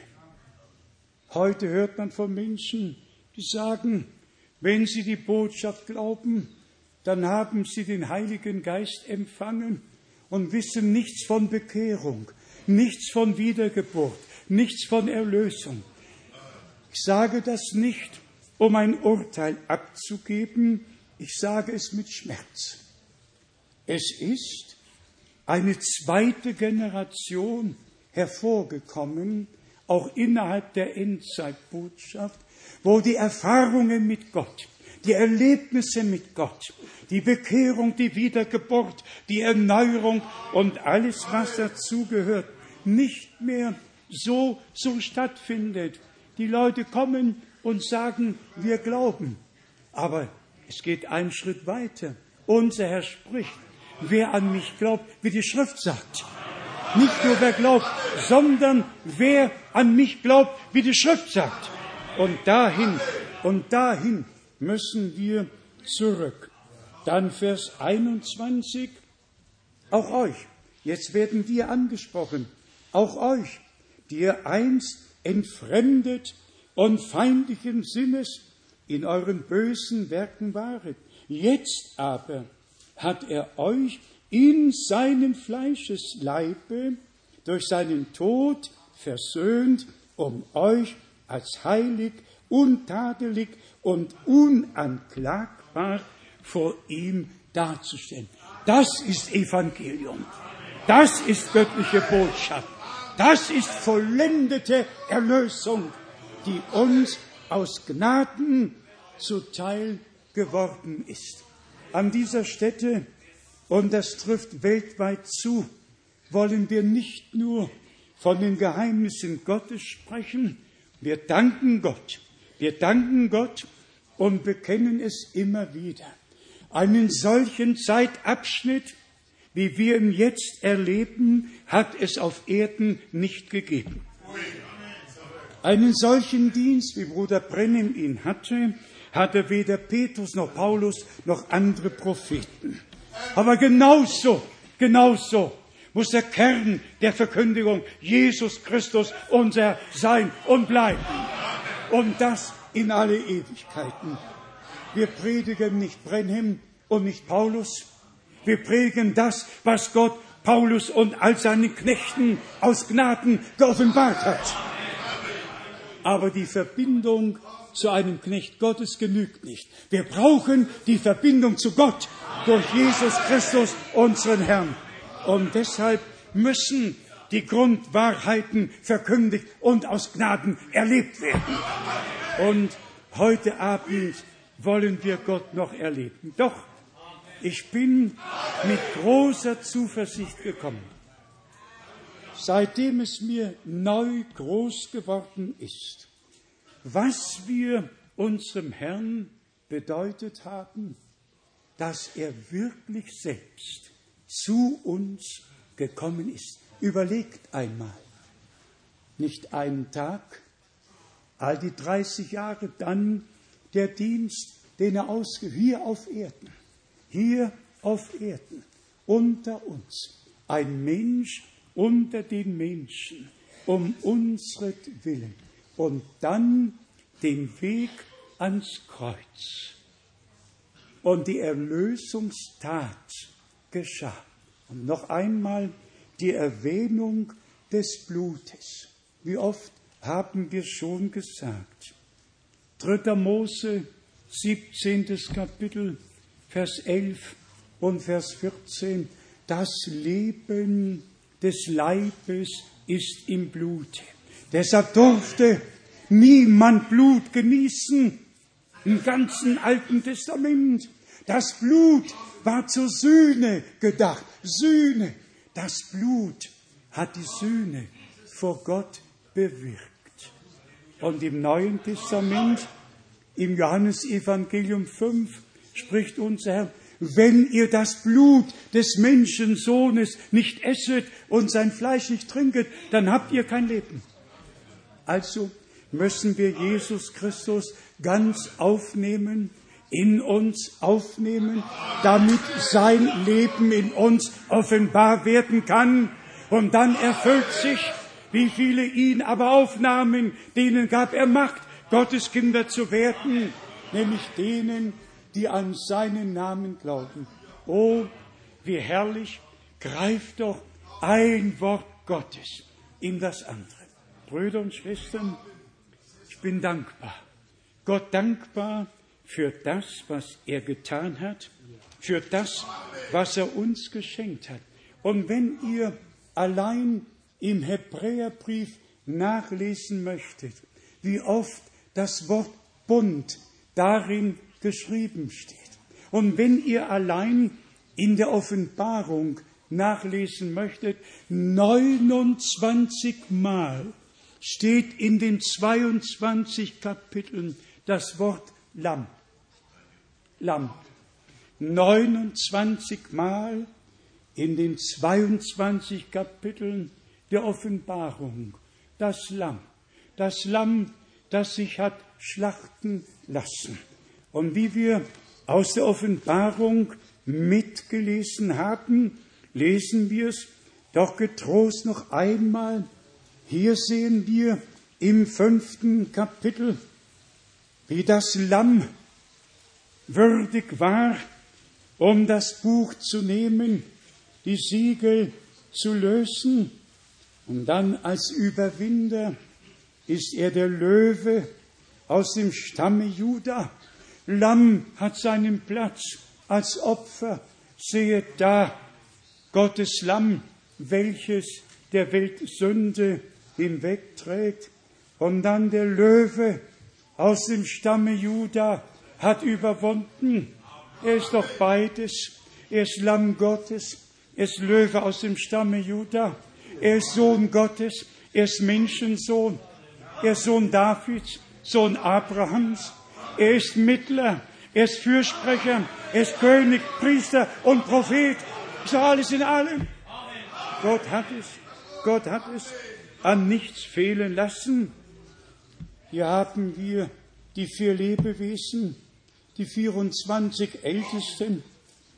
Heute hört man von Menschen, die sagen, wenn sie die Botschaft glauben, dann haben sie den Heiligen Geist empfangen und wissen nichts von Bekehrung, nichts von Wiedergeburt, nichts von Erlösung. Ich sage das nicht, um ein Urteil abzugeben, ich sage es mit Schmerz. Es ist eine zweite Generation hervorgekommen, auch innerhalb der Endzeitbotschaft, wo die Erfahrungen mit Gott, die Erlebnisse mit Gott, die Bekehrung, die Wiedergeburt, die Erneuerung und alles, was dazugehört, nicht mehr so stattfindet. Die Leute kommen und sagen, wir glauben. Aber es geht einen Schritt weiter. Unser Herr spricht, wer an mich glaubt, wie die Schrift sagt. Nicht nur wer glaubt, sondern wer an mich glaubt, wie die Schrift sagt. Und dahin müssen wir zurück. Dann Vers 21, auch euch, jetzt werden wir angesprochen, auch euch, die ihr einst entfremdet und feindlichen Sinnes in euren bösen Werken waret. Jetzt aber hat er euch in seinem Fleischesleibe durch seinen Tod versöhnt, um euch als heilig, untadelig und unanklagbar vor ihm darzustellen. Das ist Evangelium. Das ist göttliche Botschaft. Das ist vollendete Erlösung, die uns aus Gnaden zuteil geworden ist. An dieser Stätte, und das trifft weltweit zu, wollen wir nicht nur von den Geheimnissen Gottes sprechen. Wir danken Gott und bekennen es immer wieder. Einen solchen Zeitabschnitt, wie wir ihn jetzt erleben, hat es auf Erden nicht gegeben. Einen solchen Dienst, wie Bruder Brennim ihn hatte weder Petrus noch Paulus noch andere Propheten. Aber genauso muss der Kern der Verkündigung Jesus Christus unser sein und bleiben. Und das in alle Ewigkeiten. Wir predigen nicht Branham und nicht Paulus. Wir predigen das, was Gott Paulus und all seinen Knechten aus Gnaden geoffenbart hat. Aber die Verbindung zu einem Knecht Gottes genügt nicht. Wir brauchen die Verbindung zu Gott durch Jesus Christus, unseren Herrn. Und deshalb müssen die Grundwahrheiten verkündigt und aus Gnaden erlebt werden. Und heute Abend wollen wir Gott noch erleben. Doch ich bin mit großer Zuversicht gekommen. Seitdem es mir neu groß geworden ist, was wir unserem Herrn bedeutet haben, dass er wirklich selbst zu uns gekommen ist. Überlegt einmal, nicht einen Tag, all die 30 Jahre, dann der Dienst, den er ausgeübt, hier auf Erden, unter uns, ein Mensch unter den Menschen, um unsretwillen, und dann den Weg ans Kreuz. Und die Erlösungstat geschah. Und noch einmal die Erwähnung des Blutes. Wie oft haben wir schon gesagt. 3. Mose, 17. Kapitel, Vers 11 und Vers 14. Das Leben des Leibes ist im Blute. Deshalb durfte niemand Blut genießen im ganzen Alten Testament. Das Blut war zur Sühne gedacht. Sühne. Das Blut hat die Sühne vor Gott bewirkt. Und im Neuen Testament, im Johannesevangelium 5, spricht unser Herr: Wenn ihr das Blut des Menschensohnes nicht esset und sein Fleisch nicht trinket, dann habt ihr kein Leben. Also müssen wir Jesus Christus ganz aufnehmen, in uns aufnehmen, damit sein Leben in uns offenbar werden kann. Und dann erfüllt sich, wie viele ihn aber aufnahmen, denen gab er Macht, Gottes Kinder zu werden, nämlich denen, die an seinen Namen glauben. Oh, wie herrlich, greift doch ein Wort Gottes in das andere. Brüder und Schwestern, ich bin dankbar. Gott dankbar für das, was er getan hat, für das, was er uns geschenkt hat. Und wenn ihr allein im Hebräerbrief nachlesen möchtet, wie oft das Wort Bund darin geschrieben steht. Und wenn ihr allein in der Offenbarung nachlesen möchtet, 29 Mal steht in den 22 Kapiteln das Wort Lamm. Lamm. 29 Mal in den 22 Kapiteln der Offenbarung. Das Lamm. Das Lamm, das sich hat schlachten lassen. Und wie wir aus der Offenbarung mitgelesen haben, lesen wir es doch getrost noch einmal. Hier sehen wir im 5. Kapitel, wie das Lamm würdig war, um das Buch zu nehmen, die Siegel zu lösen. Und dann als Überwinder ist er der Löwe aus dem Stamme Juda. Lamm hat seinen Platz als Opfer. Sehet da, Gottes Lamm, welches der Welt Sünde hinwegträgt. Und dann der Löwe aus dem Stamme Juda hat überwunden. Er ist doch beides. Er ist Lamm Gottes, er ist Löwe aus dem Stamme Juda. Er ist Sohn Gottes, er ist Menschensohn, er ist Sohn Davids, Sohn Abrahams. Er ist Mittler, er ist Fürsprecher, er ist König, Priester und Prophet. Ist doch alles in allem. Gott hat es an nichts fehlen lassen. Hier haben wir die 4 Lebewesen, die 24 Ältesten,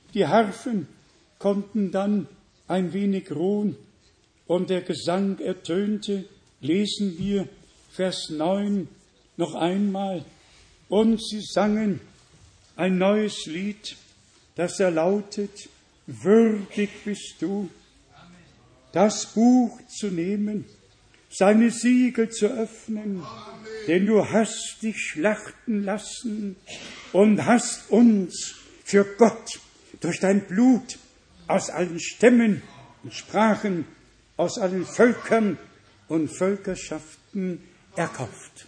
Die Harfen konnten dann ein wenig ruhen und der Gesang ertönte. Lesen wir Vers 9 noch einmal. Und sie sangen ein neues Lied, das lautet: Würdig bist du, das Buch zu nehmen, seine Siegel zu öffnen, denn du hast dich schlachten lassen und hast uns für Gott durch dein Blut aus allen Stämmen und Sprachen, aus allen Völkern und Völkerschaften erkauft.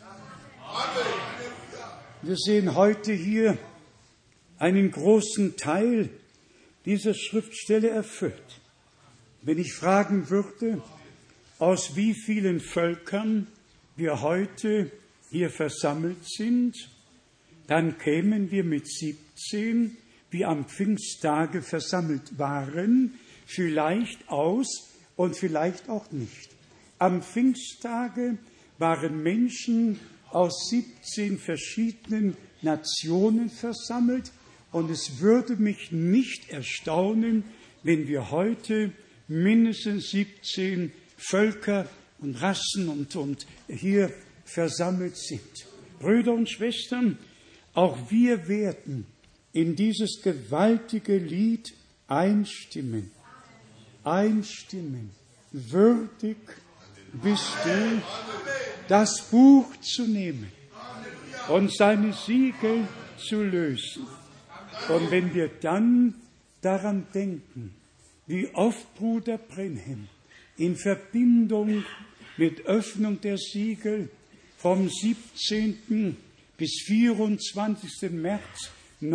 Wir sehen heute hier einen großen Teil dieser Schriftstelle erfüllt. Wenn ich fragen würde, aus wie vielen Völkern wir heute hier versammelt sind, dann kämen wir mit 17, wie am Pfingsttage versammelt waren, vielleicht aus und vielleicht auch nicht. Am Pfingsttage waren Menschen aus 17 verschiedenen Nationen versammelt, und es würde mich nicht erstaunen, wenn wir heute mindestens 17 Völker und Rassen und hier versammelt sind. Brüder und Schwestern, auch wir werden in dieses gewaltige Lied einstimmen. Einstimmen. Würdig bist du, das Buch zu nehmen und seine Siegel zu lösen. Und wenn wir dann daran denken, wie oft Bruder Brenhem in Verbindung mit Öffnung der Siegel vom 17. bis 24. März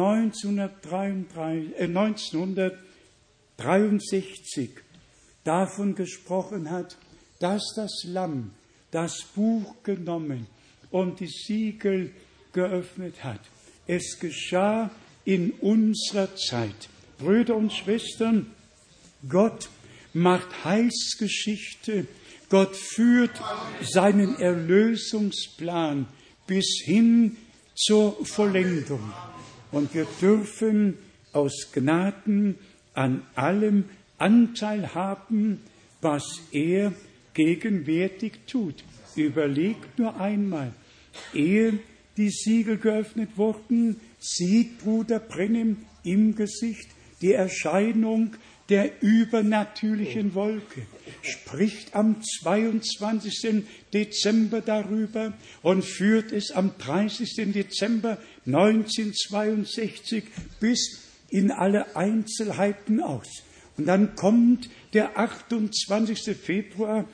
1963 davon gesprochen hat, dass das Lamm das Buch genommen und die Siegel geöffnet hat. Es geschah in unserer Zeit. Brüder und Schwestern, Gott macht Heilsgeschichte. Gott führt seinen Erlösungsplan bis hin zur Vollendung. Und wir dürfen aus Gnaden an allem Anteil haben, was er gegenwärtig tut. Überlegt nur einmal, ehe die Siegel geöffnet wurden, sieht Bruder Brenhem im Gesicht die Erscheinung der übernatürlichen Wolke, spricht am 22. Dezember darüber und führt es am 30. Dezember 1962 bis in alle Einzelheiten aus. Und dann kommt der 28. Februar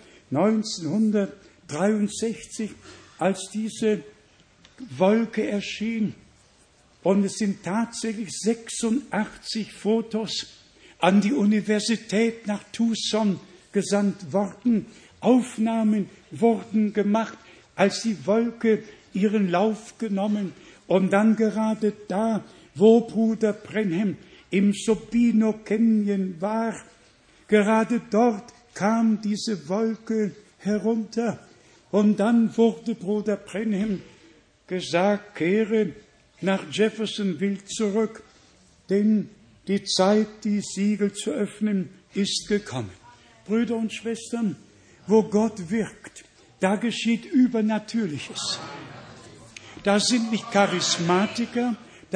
1963, als diese Wolke erschien. Und es sind tatsächlich 86 Fotos an die Universität nach Tucson gesandt worden. Aufnahmen wurden gemacht, als die Wolke ihren Lauf genommen. Und dann gerade da, wo Bruder Brenhem im Sabino Canyon war, gerade dort kam diese Wolke herunter. Und dann wurde Bruder Brenhem gesagt, kehre nach Jeffersonville zurück, denn die Zeit, die Siegel zu öffnen, ist gekommen. Brüder und Schwestern, wo Gott wirkt, da geschieht Übernatürliches. Da sind nicht Charismatiker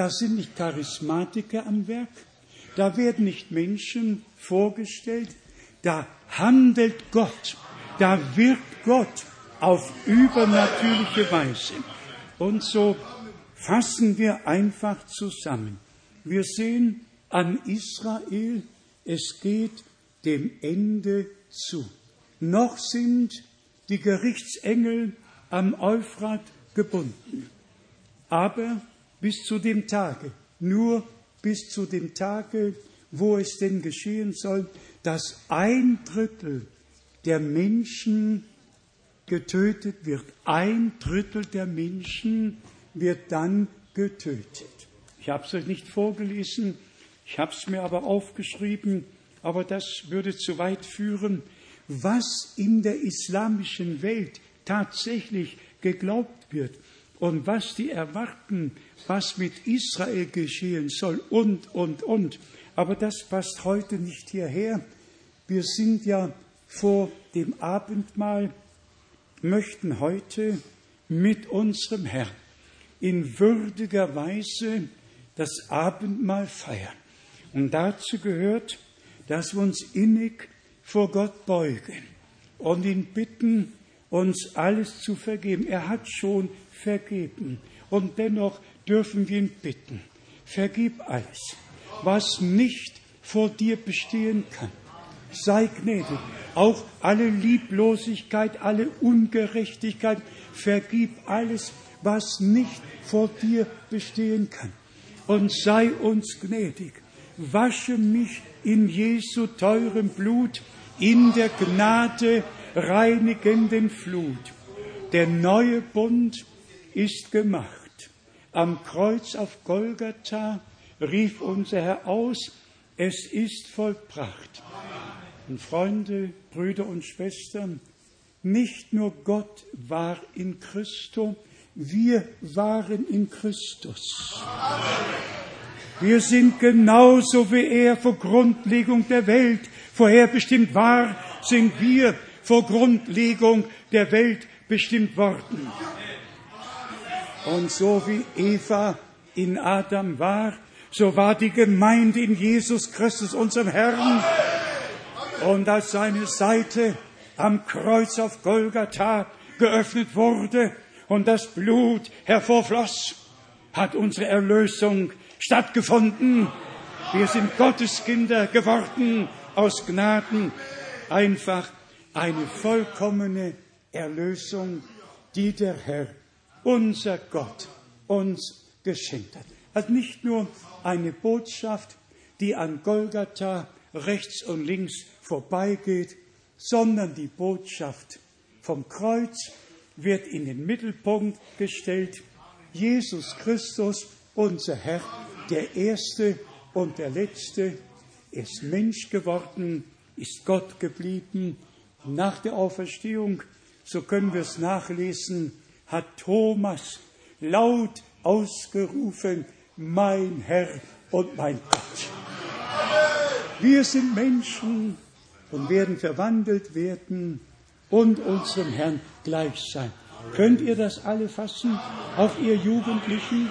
am Werk, da werden nicht Menschen vorgestellt, da handelt Gott, da wirkt Gott auf übernatürliche Weise. Und so fassen wir einfach zusammen. Wir sehen an Israel, es geht dem Ende zu. Noch sind die Gerichtsengel am Euphrat gebunden. Aber bis zu dem Tage, nur bis zu dem Tage, wo es denn geschehen soll, dass 1/3 der Menschen getötet wird. 1/3 der Menschen wird dann getötet. Ich habe es euch nicht vorgelesen, ich habe es mir aber aufgeschrieben, aber das würde zu weit führen. Was in der islamischen Welt tatsächlich geglaubt wird, und was die erwarten, was mit Israel geschehen soll und. Aber das passt heute nicht hierher. Wir sind ja vor dem Abendmahl, möchten heute mit unserem Herrn in würdiger Weise das Abendmahl feiern. Und dazu gehört, dass wir uns innig vor Gott beugen und ihn bitten, uns alles zu vergeben. Er hat schon vergeben. Und dennoch dürfen wir ihn bitten, vergib alles, was nicht vor dir bestehen kann. Sei gnädig. Auch alle Lieblosigkeit, alle Ungerechtigkeit, vergib alles, was nicht vor dir bestehen kann. Und sei uns gnädig. Wasche mich in Jesu teurem Blut, in der Gnade reinigenden Flut. Der neue Bund ist gemacht. Am Kreuz auf Golgatha rief unser Herr aus, es ist vollbracht. Und Freunde, Brüder und Schwestern, nicht nur Gott war in Christo, wir waren in Christus. Wir sind genauso wie er vor Grundlegung der Welt vorherbestimmt war, sind wir vor Grundlegung der Welt bestimmt worden. Und so wie Eva in Adam war, so war die Gemeinde in Jesus Christus, unserem Herrn. Und als seine Seite am Kreuz auf Golgatha geöffnet wurde und das Blut hervorfloss, hat unsere Erlösung stattgefunden. Wir sind Gottes Kinder geworden aus Gnaden. Einfach eine vollkommene Erlösung, die der Herr, unser Gott, uns geschenkt hat. Also nicht nur eine Botschaft, die an Golgatha rechts und links vorbeigeht, sondern die Botschaft vom Kreuz wird in den Mittelpunkt gestellt. Jesus Christus, unser Herr, der Erste und der Letzte, ist Mensch geworden, ist Gott geblieben. Nach der Auferstehung, so können wir es nachlesen, hat Thomas laut ausgerufen, mein Herr und mein Gott. Wir sind Menschen und werden verwandelt werden und unserem Herrn gleich sein. Könnt ihr das alle fassen? Auch ihr Jugendlichen?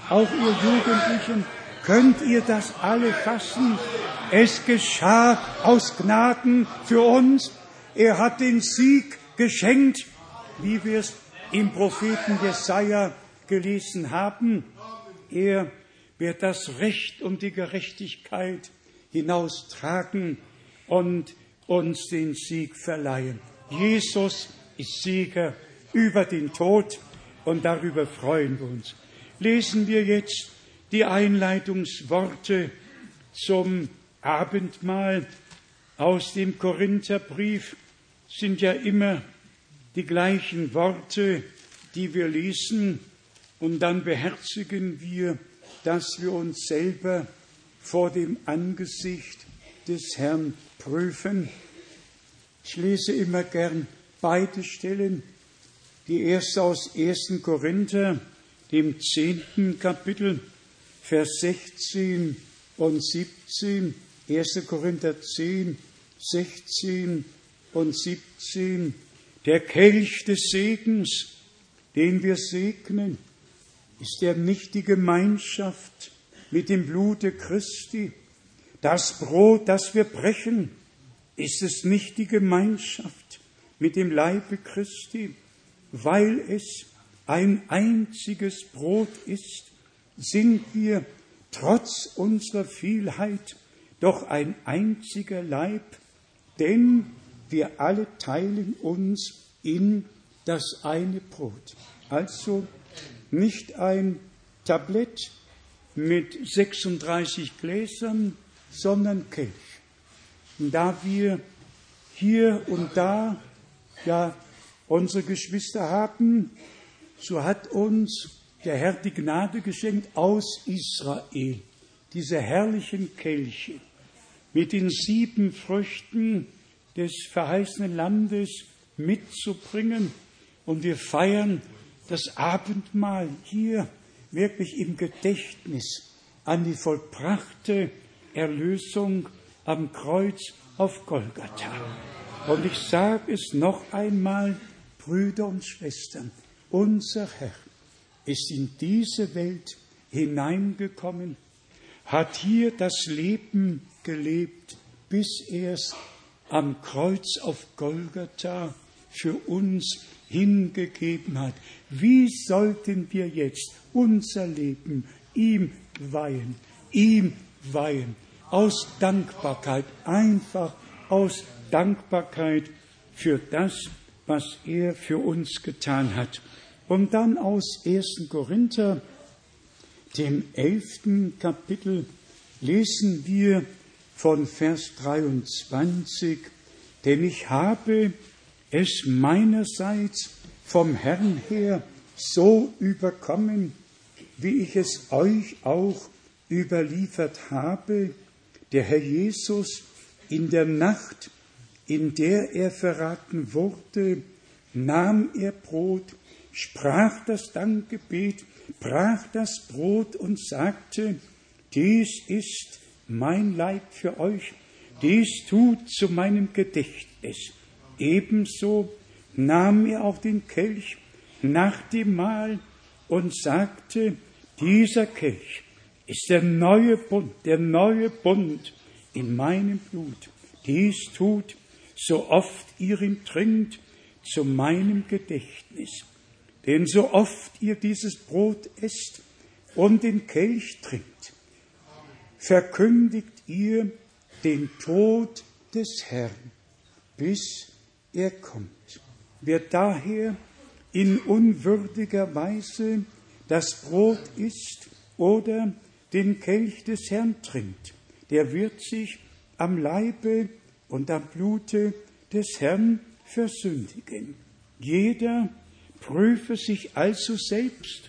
Könnt ihr das alle fassen? Es geschah aus Gnaden für uns. Er hat den Sieg geschenkt, wie wir es im Propheten Jesaja gelesen haben. Er wird das Recht und die Gerechtigkeit hinaustragen und uns den Sieg verleihen. Jesus ist Sieger über den Tod und darüber freuen wir uns. Lesen wir jetzt die Einleitungsworte zum Abendmahl aus dem Korintherbrief. Sind ja immer die gleichen Worte, die wir lesen, und dann beherzigen wir, dass wir uns selber vor dem Angesicht des Herrn prüfen. Ich lese immer gern beide Stellen. Die erste aus 1. Korinther, dem 10. Kapitel, Vers 16 und 17. 1. Korinther 10, 16 und 17. Der Kelch des Segens, den wir segnen, ist er nicht die Gemeinschaft mit dem Blute Christi? Das Brot, das wir brechen, ist es nicht die Gemeinschaft mit dem Leibe Christi? Weil es ein einziges Brot ist, sind wir trotz unserer Vielheit doch ein einziger Leib, denn wir alle teilen uns in das eine Brot. Also nicht ein Tablett mit 36 Gläsern, sondern Kelch. Und da wir hier und da unsere Geschwister haben, so hat uns der Herr die Gnade geschenkt, aus Israel diese herrlichen Kelche mit den 7 Früchten des verheißenen Landes mitzubringen. Und wir feiern das Abendmahl hier wirklich im Gedächtnis an die vollbrachte Erlösung am Kreuz auf Golgatha. Und ich sage es noch einmal, Brüder und Schwestern, unser Herr ist in diese Welt hineingekommen, hat hier das Leben gelebt, bis er es am Kreuz auf Golgatha für uns hingegeben hat. Wie sollten wir jetzt unser Leben ihm weihen, aus Dankbarkeit, einfach aus Dankbarkeit für das, was er für uns getan hat. Und dann aus 1. Korinther, dem 11. Kapitel, lesen wir von Vers 23, denn ich habe es meinerseits vom Herrn her so überkommen, wie ich es euch auch überliefert habe. Der Herr Jesus in der Nacht, in der er verraten wurde, nahm er Brot, sprach das Dankgebet, brach das Brot und sagte, dies ist mein Leib für euch, dies tut zu meinem Gedächtnis. Ebenso nahm er auch den Kelch nach dem Mahl und sagte, dieser Kelch ist der neue Bund in meinem Blut. Dies tut, so oft ihr ihn trinkt, zu meinem Gedächtnis. Denn so oft ihr dieses Brot esst und den Kelch trinkt, verkündigt ihr den Tod des Herrn, bis er kommt. Wer daher in unwürdiger Weise das Brot isst oder den Kelch des Herrn trinkt, der wird sich am Leibe und am Blute des Herrn versündigen. Jeder prüfe sich also selbst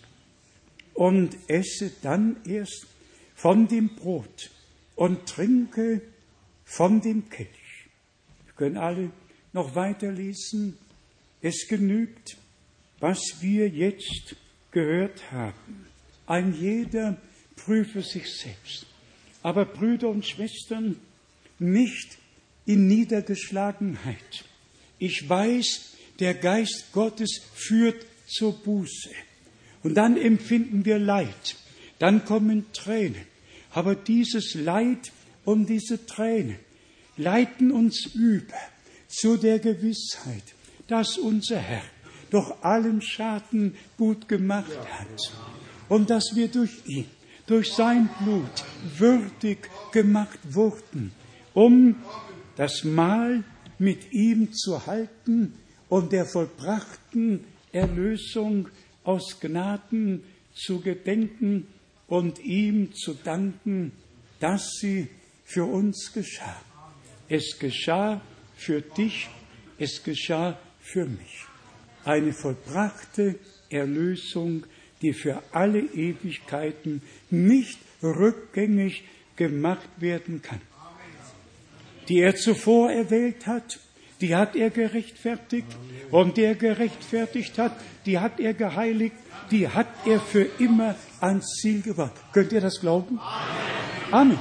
und esse dann erst von dem Brot und trinke von dem Kelch. Wir können alle noch weiterlesen. Es genügt, was wir jetzt gehört haben. Ein jeder prüfe sich selbst. Aber Brüder und Schwestern, nicht in Niedergeschlagenheit. Ich weiß, der Geist Gottes führt zur Buße. Und dann empfinden wir Leid. Dann kommen Tränen. Aber dieses Leid und diese Tränen leiten uns über zu der Gewissheit, dass unser Herr doch allen Schaden gut gemacht hat. Und dass wir durch ihn, durch sein Blut würdig gemacht wurden, um das Mahl mit ihm zu halten und der vollbrachten Erlösung aus Gnaden zu gedenken und ihm zu danken, dass sie für uns geschah. Es geschah für dich, es geschah für mich. Eine vollbrachte Erlösung, die für alle Ewigkeiten nicht rückgängig gemacht werden kann. Die er zuvor erwählt hat, die hat er gerechtfertigt. Und der gerechtfertigt hat, die hat er geheiligt, die hat er für immer ans Ziel gebracht. Könnt ihr das glauben? Amen.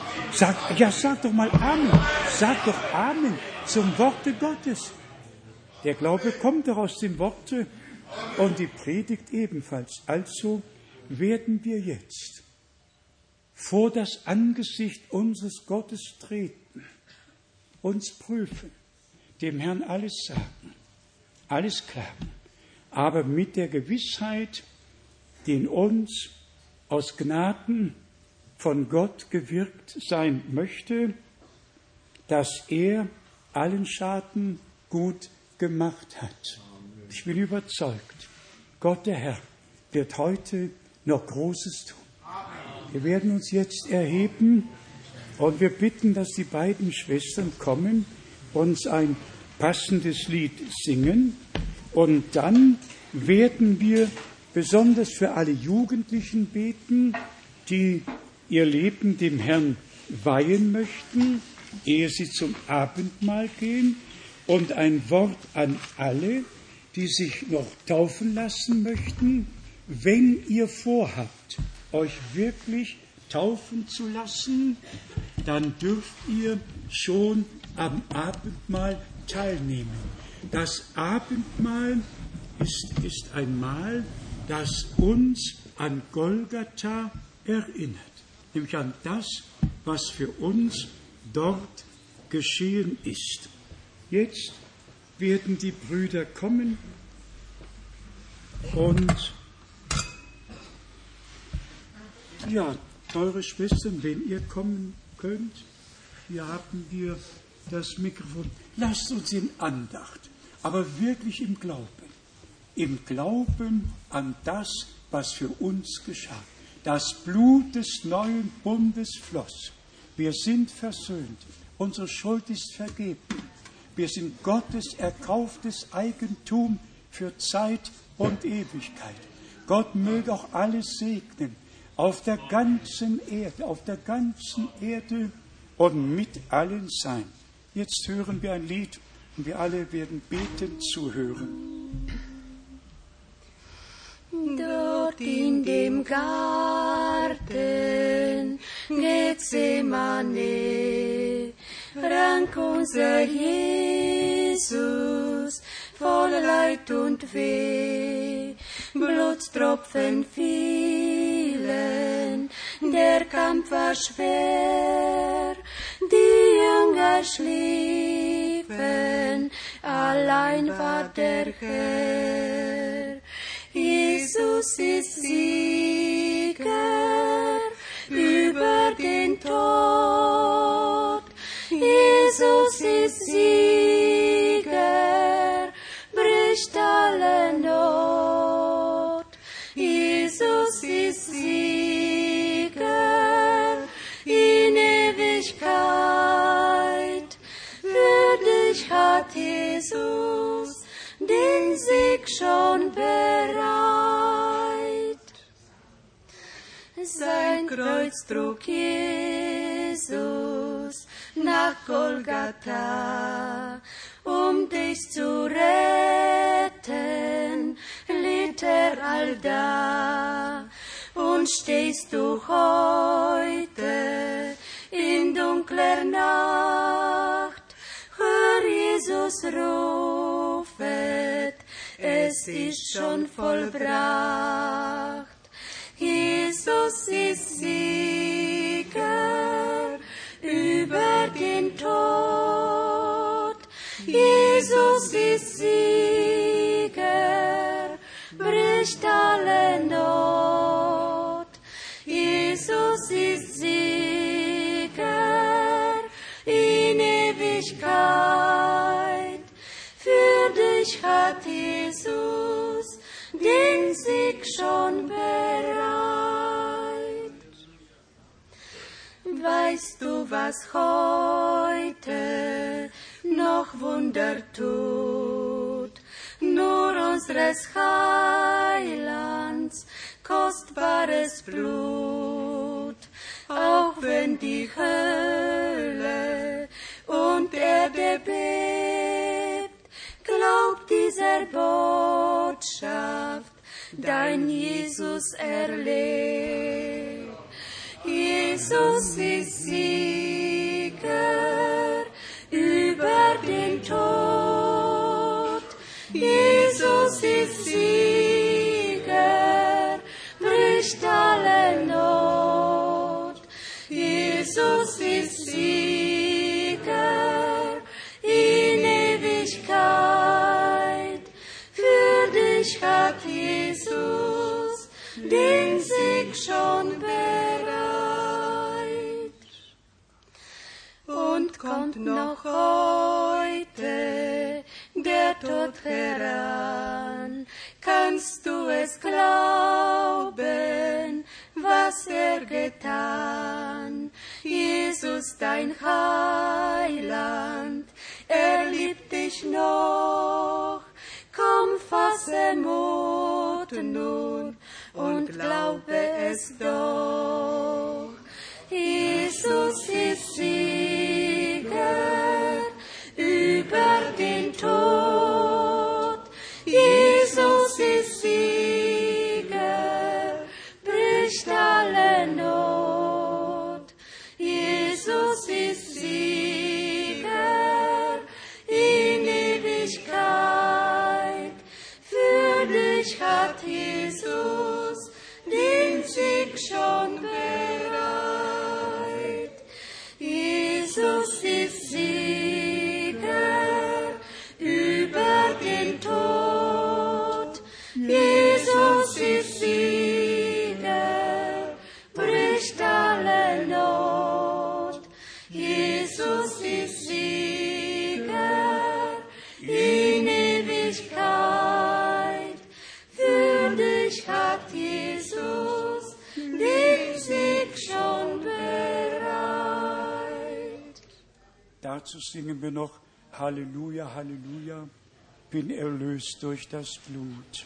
Sag doch mal Amen. Sag doch Amen zum Worte Gottes. Der Glaube kommt doch aus dem Worte und die Predigt ebenfalls. Also werden wir jetzt vor das Angesicht unseres Gottes treten, uns prüfen, dem Herrn alles sagen, alles klagen, aber mit der Gewissheit, die in uns aus Gnaden von Gott gewirkt sein möchte, dass er allen Schaden gut gemacht hat. Ich bin überzeugt, Gott der Herr wird heute noch Großes tun. Wir werden uns jetzt erheben und wir bitten, dass die beiden Schwestern kommen, uns ein passendes Lied singen und dann werden wir besonders für alle Jugendlichen beten, die ihr Leben dem Herrn weihen möchten, ehe sie zum Abendmahl gehen, und ein Wort an alle, die sich noch taufen lassen möchten, wenn ihr vorhabt, euch wirklich taufen zu lassen, dann dürft ihr schon am Abendmahl teilnehmen. Das Abendmahl ist ein Mahl, das uns an Golgatha erinnert, nämlich an das, was für uns dort geschehen ist. Jetzt werden die Brüder kommen und ja, teure Schwestern, wenn ihr kommen könnt, hier haben wir das Mikrofon. Lasst uns in Andacht, aber wirklich im Glauben an das, was für uns geschah. Das Blut des neuen Bundes floss. Wir sind versöhnt. Unsere Schuld ist vergeben. Wir sind Gottes erkauftes Eigentum für Zeit und Ewigkeit. Gott möge auch alles segnen auf der ganzen Erde und mit allen sein. Jetzt hören wir ein Lied und wir alle werden betend zuhören. Dort in dem Garten Gethsemane rank unser Jesus voll Leid und Weh, Blutstropfen fielen, der Kampf war schwer, die Jünger schliefen, allein war der Herr. Jesus ist Sieger über den Tod. Jesus ist Sieger, bricht alle Not. Jesus ist Sieger in Ewigkeit. Für dich hat Jesus den Sieg schon bereit. Sein Kreuz trug Jesus nach Golgatha, dich zu retten, litt allda. Und stehst du heute in dunkler Nacht, hör Jesus rufet, es ist schon vollbracht. Jesus ist Sieger über den Tod. Jesus ist Sieger, bricht alle Not. Jesus ist Sieger in Ewigkeit. Für dich hat Jesus den Sieg schon bereit. Weißt du, was heute noch Wunder tut? Nur unseres Heilands kostbares Blut. Auch wenn die Hölle und Erde bebt, glaub dieser Botschaft, dein Jesus erlebt. Jesus ist Sieger über den Tod. Jesus ist Sieger, bricht alle Not. Jesus ist Sieger in Ewigkeit. Für dich hat Jesus den Sieg schon bereit. Und kommt noch heute der Tod heran, kannst du es glauben, was er getan? Jesus, dein Heiland, er liebt dich noch. Komm, fasse Mut nun und glaube es doch. Jesus ist Sieger über den Tod. Jesus ist Sieger über den Tod. Jesus ist Sieger, bricht alle Not. Jesus ist Sieger in Ewigkeit. Für dich hat Jesus den Sieg schon bereit. Dazu singen wir noch Halleluja, Halleluja, bin erlöst durch das Blut.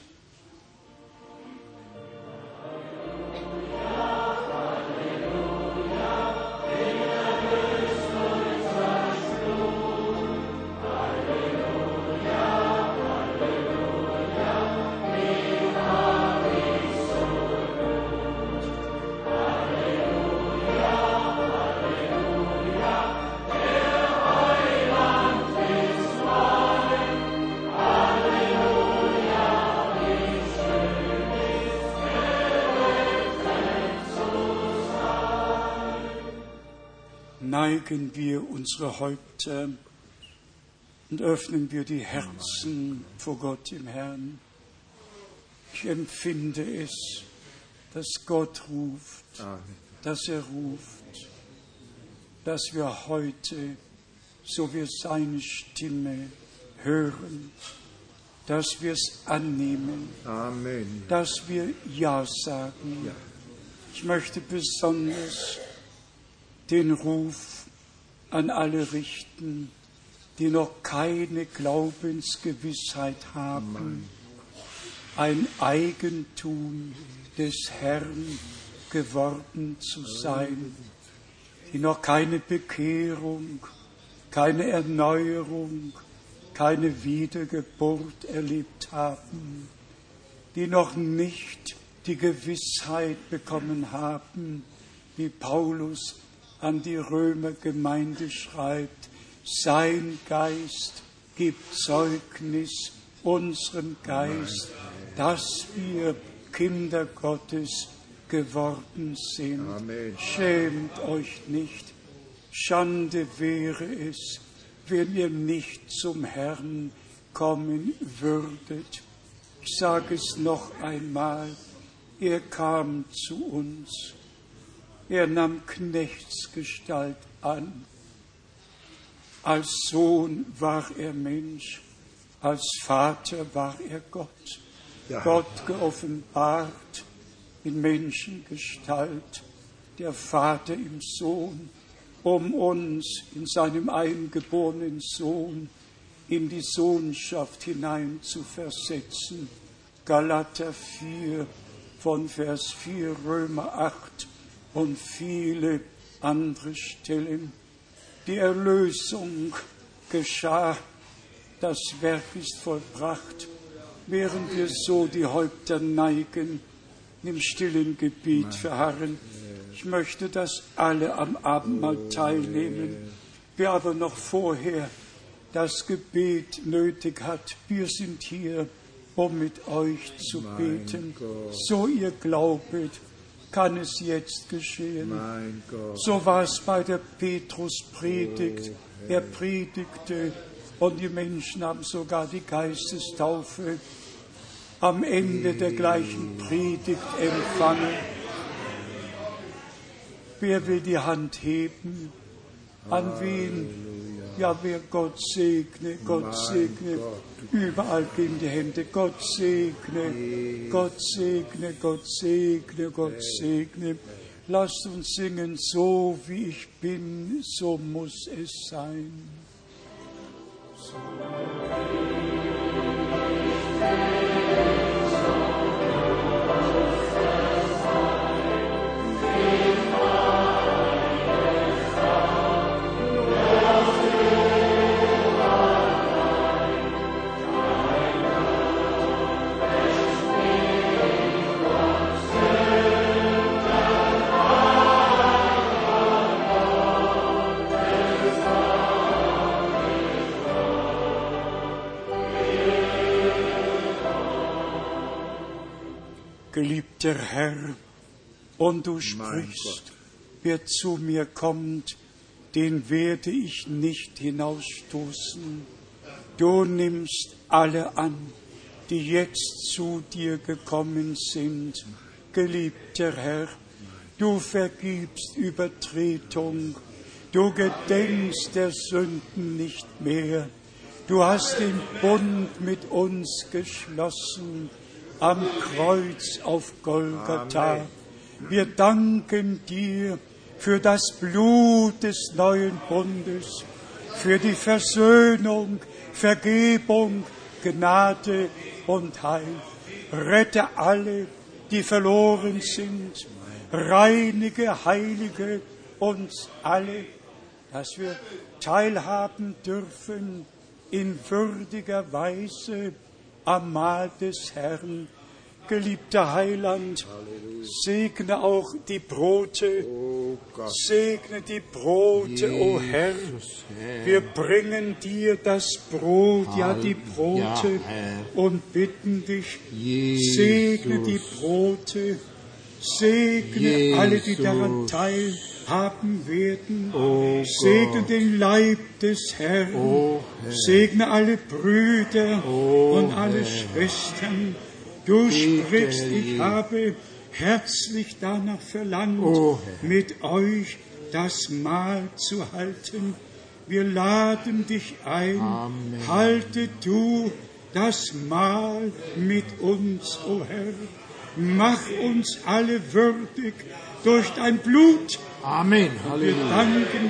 Neigen wir unsere Häupter und öffnen wir die Herzen vor Gott im Herrn. Ich empfinde es, dass Gott ruft, dass er ruft, dass wir heute, so wir seine Stimme hören, dass wir es annehmen, Amen. dass wir Ja sagen. Ja. Ich möchte besonders den Ruf an alle richten, die noch keine Glaubensgewissheit haben, ein Eigentum des Herrn geworden zu sein, die noch keine Bekehrung, keine Erneuerung, keine Wiedergeburt erlebt haben, die noch nicht die Gewissheit bekommen haben, wie Paulus an die Römergemeinde schreibt, sein Geist gibt Zeugnis unserem Geist, dass wir Kinder Gottes geworden sind. Amen. Schämt euch nicht, Schande wäre es, wenn ihr nicht zum Herrn kommen würdet. Ich sage es noch einmal, er kam zu uns. Er nahm Knechtsgestalt an. Als Sohn war er Mensch, als Vater war er Gott. Ja. Gott geoffenbart in Menschengestalt, der Vater im Sohn, um uns in seinem eingeborenen Sohn in die Sohnschaft hinein zu versetzen. Galater 4 von Vers 4, Römer 8 und viele andere Stellen. Die Erlösung geschah, das Werk ist vollbracht, während wir so die Häupter neigen, im stillen Gebet verharren. Ich möchte, dass alle am Abendmahl teilnehmen. Wer aber noch vorher das Gebet nötig hat, wir sind hier, um mit euch zu beten. So ihr glaubet, kann es jetzt geschehen. So war es bei der Petrus-Predigt. Er predigte und die Menschen haben sogar die Geistestaufe am Ende der gleichen Predigt empfangen. Wer will die Hand heben? An wen? Ja, wer Gott segne, Gott segne. Überall gehen die Hände. Gott segne, Gott segne, Gott segne, Gott segne. Lasst uns singen, so wie ich bin, so muss es sein. Geliebter Herr, und du sprichst, wer zu mir kommt, den werde ich nicht hinausstoßen. Du nimmst alle an, die jetzt zu dir gekommen sind. Geliebter Herr, du vergibst Übertretung, du gedenkst der Sünden nicht mehr. Du hast den Bund mit uns geschlossen am Kreuz auf Golgatha. Amen. Wir danken dir für das Blut des neuen Bundes, für die Versöhnung, Vergebung, Gnade und Heil. Rette alle, die verloren sind, reinige, heilige uns alle, dass wir teilhaben dürfen in würdiger Weise am Mahl des Herrn. Geliebter Heiland, segne auch die Brote, segne die Brote, o Herr. Wir bringen dir das Brot, ja die Brote, und bitten dich, segne die Brote, segne alle, die daran teilhaben werden, segne den Leib des Herrn, segne alle Brüder und alle Schwestern. Du sprichst, ich habe herzlich danach verlangt, mit euch das Mahl zu halten. Wir laden dich ein, halte du das Mahl mit uns, o Herr. Mach uns alle würdig durch dein Blut. Amen. Halleluja.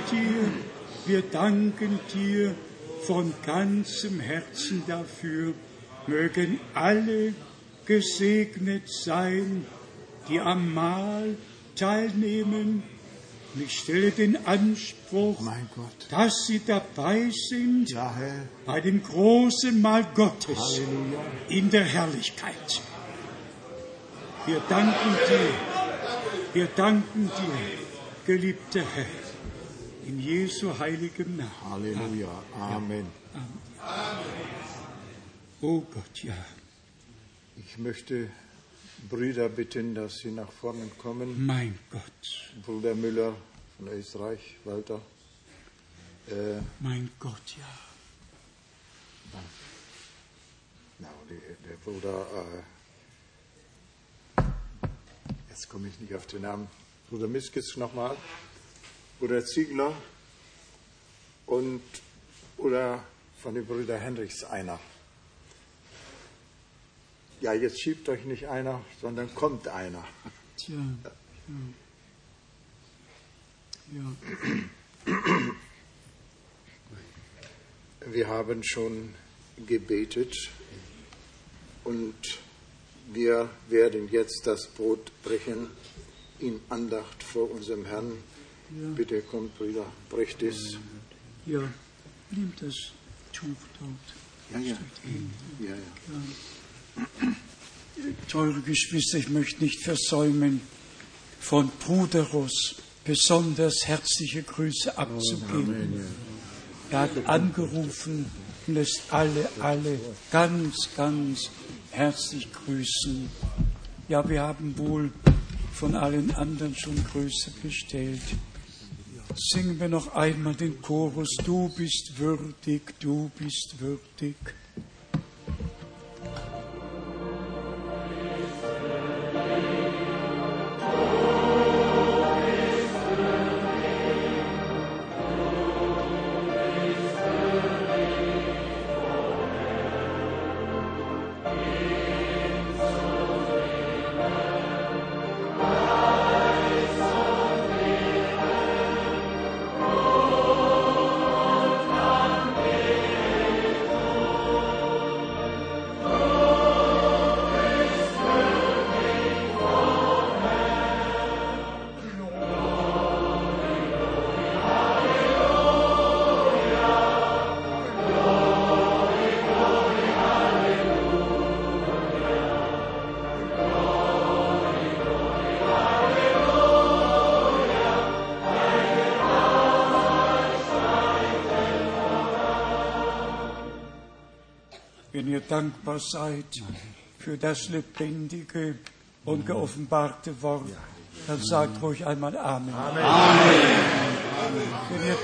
Wir danken dir von ganzem Herzen dafür. Mögen alle gesegnet sein, die am Mahl teilnehmen. Ich stelle den Anspruch, Mein Gott. dass sie dabei sind Ja, Herr. bei dem großen Mahl Gottes Halleluja. in der Herrlichkeit. Wir danken dir, geliebter Herr, in Jesu heiligem Namen. Halleluja. Amen. Oh Gott, ja. Ich möchte Brüder bitten, dass sie nach vorne kommen. Mein Gott, Bruder Müller von Österreich, Walter. mein Gott, ja. Der Bruder, jetzt komme ich nicht auf den Namen, Bruder Miskis nochmal, Bruder Ziegler oder von den Brüdern Henrichs einer. Ja, jetzt schiebt euch nicht einer, sondern kommt einer. Tja, ja. Wir haben schon gebetet und wir werden jetzt das Brot brechen in Andacht vor unserem Herrn. Ja. Bitte kommt, Brüder, brecht es. Ja, nimm das Tuch dort. Ja. Teure Geschwister, ich möchte nicht versäumen, von Bruder Russ besonders herzliche Grüße abzugeben. Er hat angerufen und lässt alle ganz, ganz herzlich grüßen. Ja, wir haben wohl von allen anderen schon Grüße bestellt. Singen wir noch einmal den Chorus, du bist würdig, du bist würdig. Wenn ihr dankbar seid für das lebendige und geoffenbarte Wort, dann sagt ruhig einmal Amen. Amen. Wenn ihr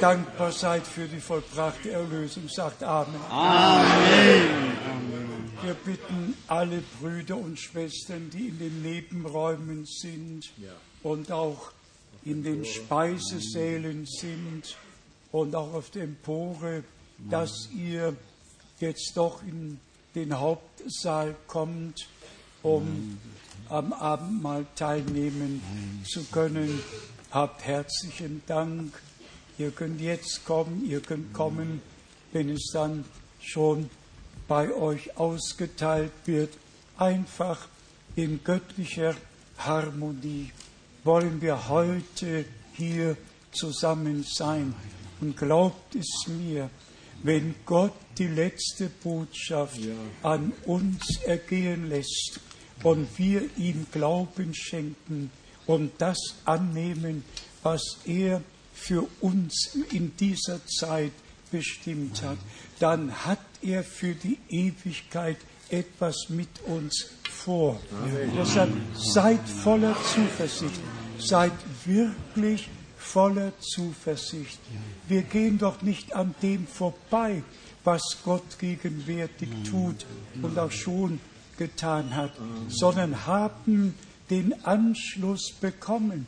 dankbar seid für die vollbrachte Erlösung. Sagt Amen. Amen. Wir bitten alle Brüder und Schwestern, die in den Nebenräumen sind und auch in den Speisesälen sind und auch auf der Empore, dass ihr jetzt doch in den Hauptsaal kommt, um am Abendmahl teilnehmen zu können. Habt herzlichen Dank. Ihr könnt jetzt kommen, ihr könnt kommen, wenn es dann schon bei euch ausgeteilt wird. Einfach in göttlicher Harmonie wollen wir heute hier zusammen sein. Und glaubt es mir, wenn Gott die letzte Botschaft an uns ergehen lässt und wir ihm Glauben schenken und das annehmen, was er für uns in dieser Zeit bestimmt hat, dann hat er für die Ewigkeit etwas mit uns vor. Deshalb seid voller Zuversicht, seid wirklich voller Zuversicht. Wir gehen doch nicht an dem vorbei, was Gott gegenwärtig tut und auch schon getan hat, sondern haben den Anschluss bekommen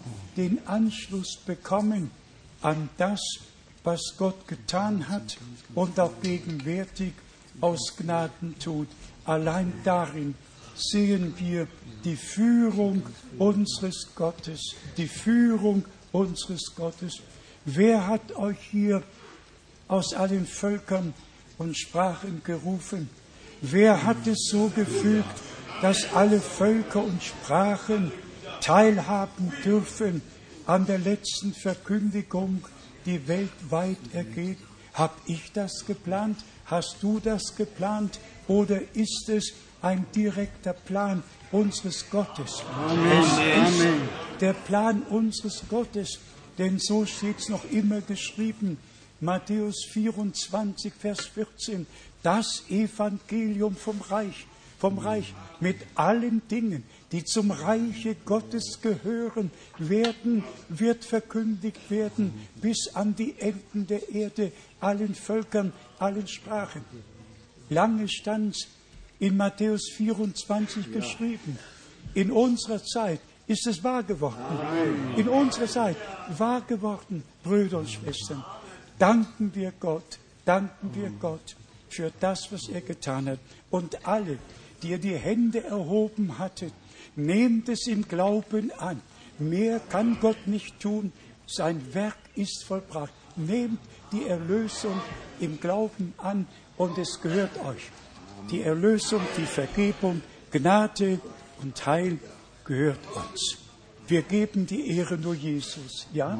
an das, was Gott getan hat und auch gegenwärtig aus Gnaden tut. Allein darin sehen wir die Führung unseres Gottes, Wer hat euch hier aus allen Völkern und Sprachen gerufen? Wer hat es so gefügt, dass alle Völker und Sprachen teilhaben dürfen an der letzten Verkündigung, die weltweit ergeht? Hab ich das geplant? Hast du das geplant? Oder ist es ein direkter Plan unseres Gottes? Amen. Es ist der Plan unseres Gottes, denn so steht es noch immer geschrieben. Matthäus 24, Vers 14. Das Evangelium vom Reich mit allen Dingen, die zum Reiche Gottes gehören, wird verkündigt werden bis an die Enden der Erde, allen Völkern, allen Sprachen. Lange stand in Matthäus 24 geschrieben. In unserer Zeit ist es wahr geworden. In unserer Zeit wahr geworden, Brüder und Schwestern. Danken wir Gott für das, was er getan hat. Und alle, die ihr die Hände erhoben hattet, nehmt es im Glauben an. Mehr kann Gott nicht tun. Sein Werk ist vollbracht. Nehmt die Erlösung im Glauben an und es gehört euch. Die Erlösung, die Vergebung, Gnade und Heil gehört uns. Wir geben die Ehre nur Jesus. Ja?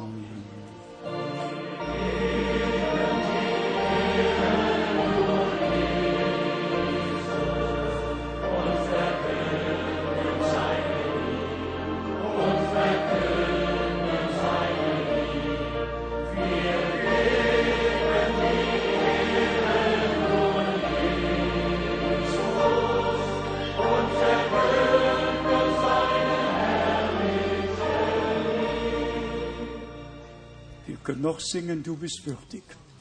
Wir können noch singen, du bist würdig.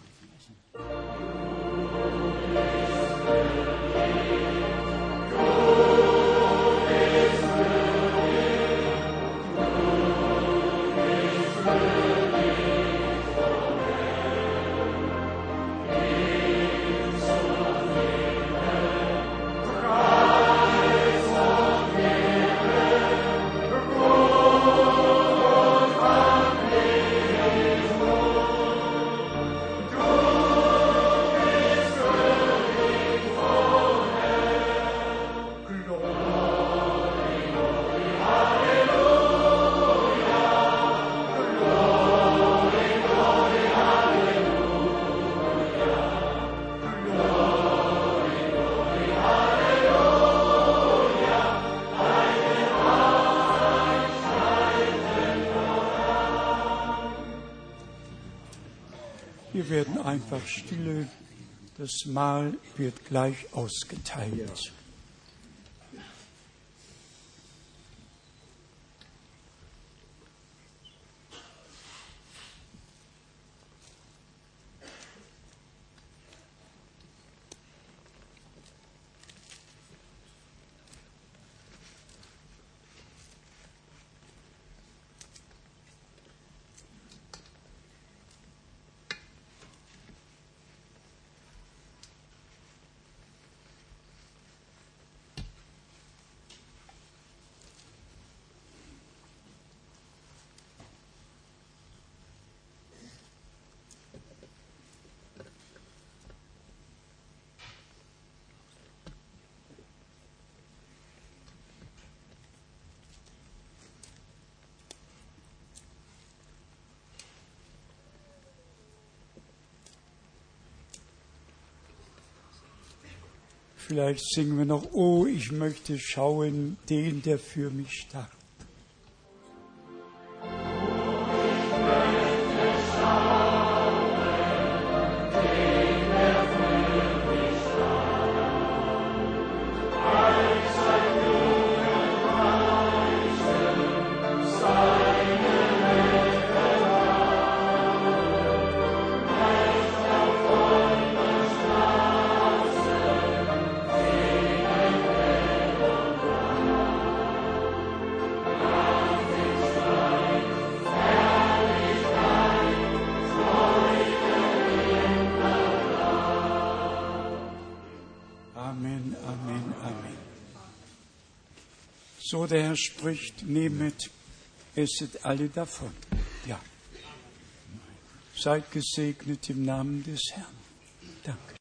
Wir werden einfach stille. Das Mahl wird gleich ausgeteilt. Vielleicht singen wir noch, oh, ich möchte schauen, den, der für mich starb. Amen, Amen, Amen. So der Herr spricht, nehmet, esset alle davon. Ja. Seid gesegnet im Namen des Herrn. Danke.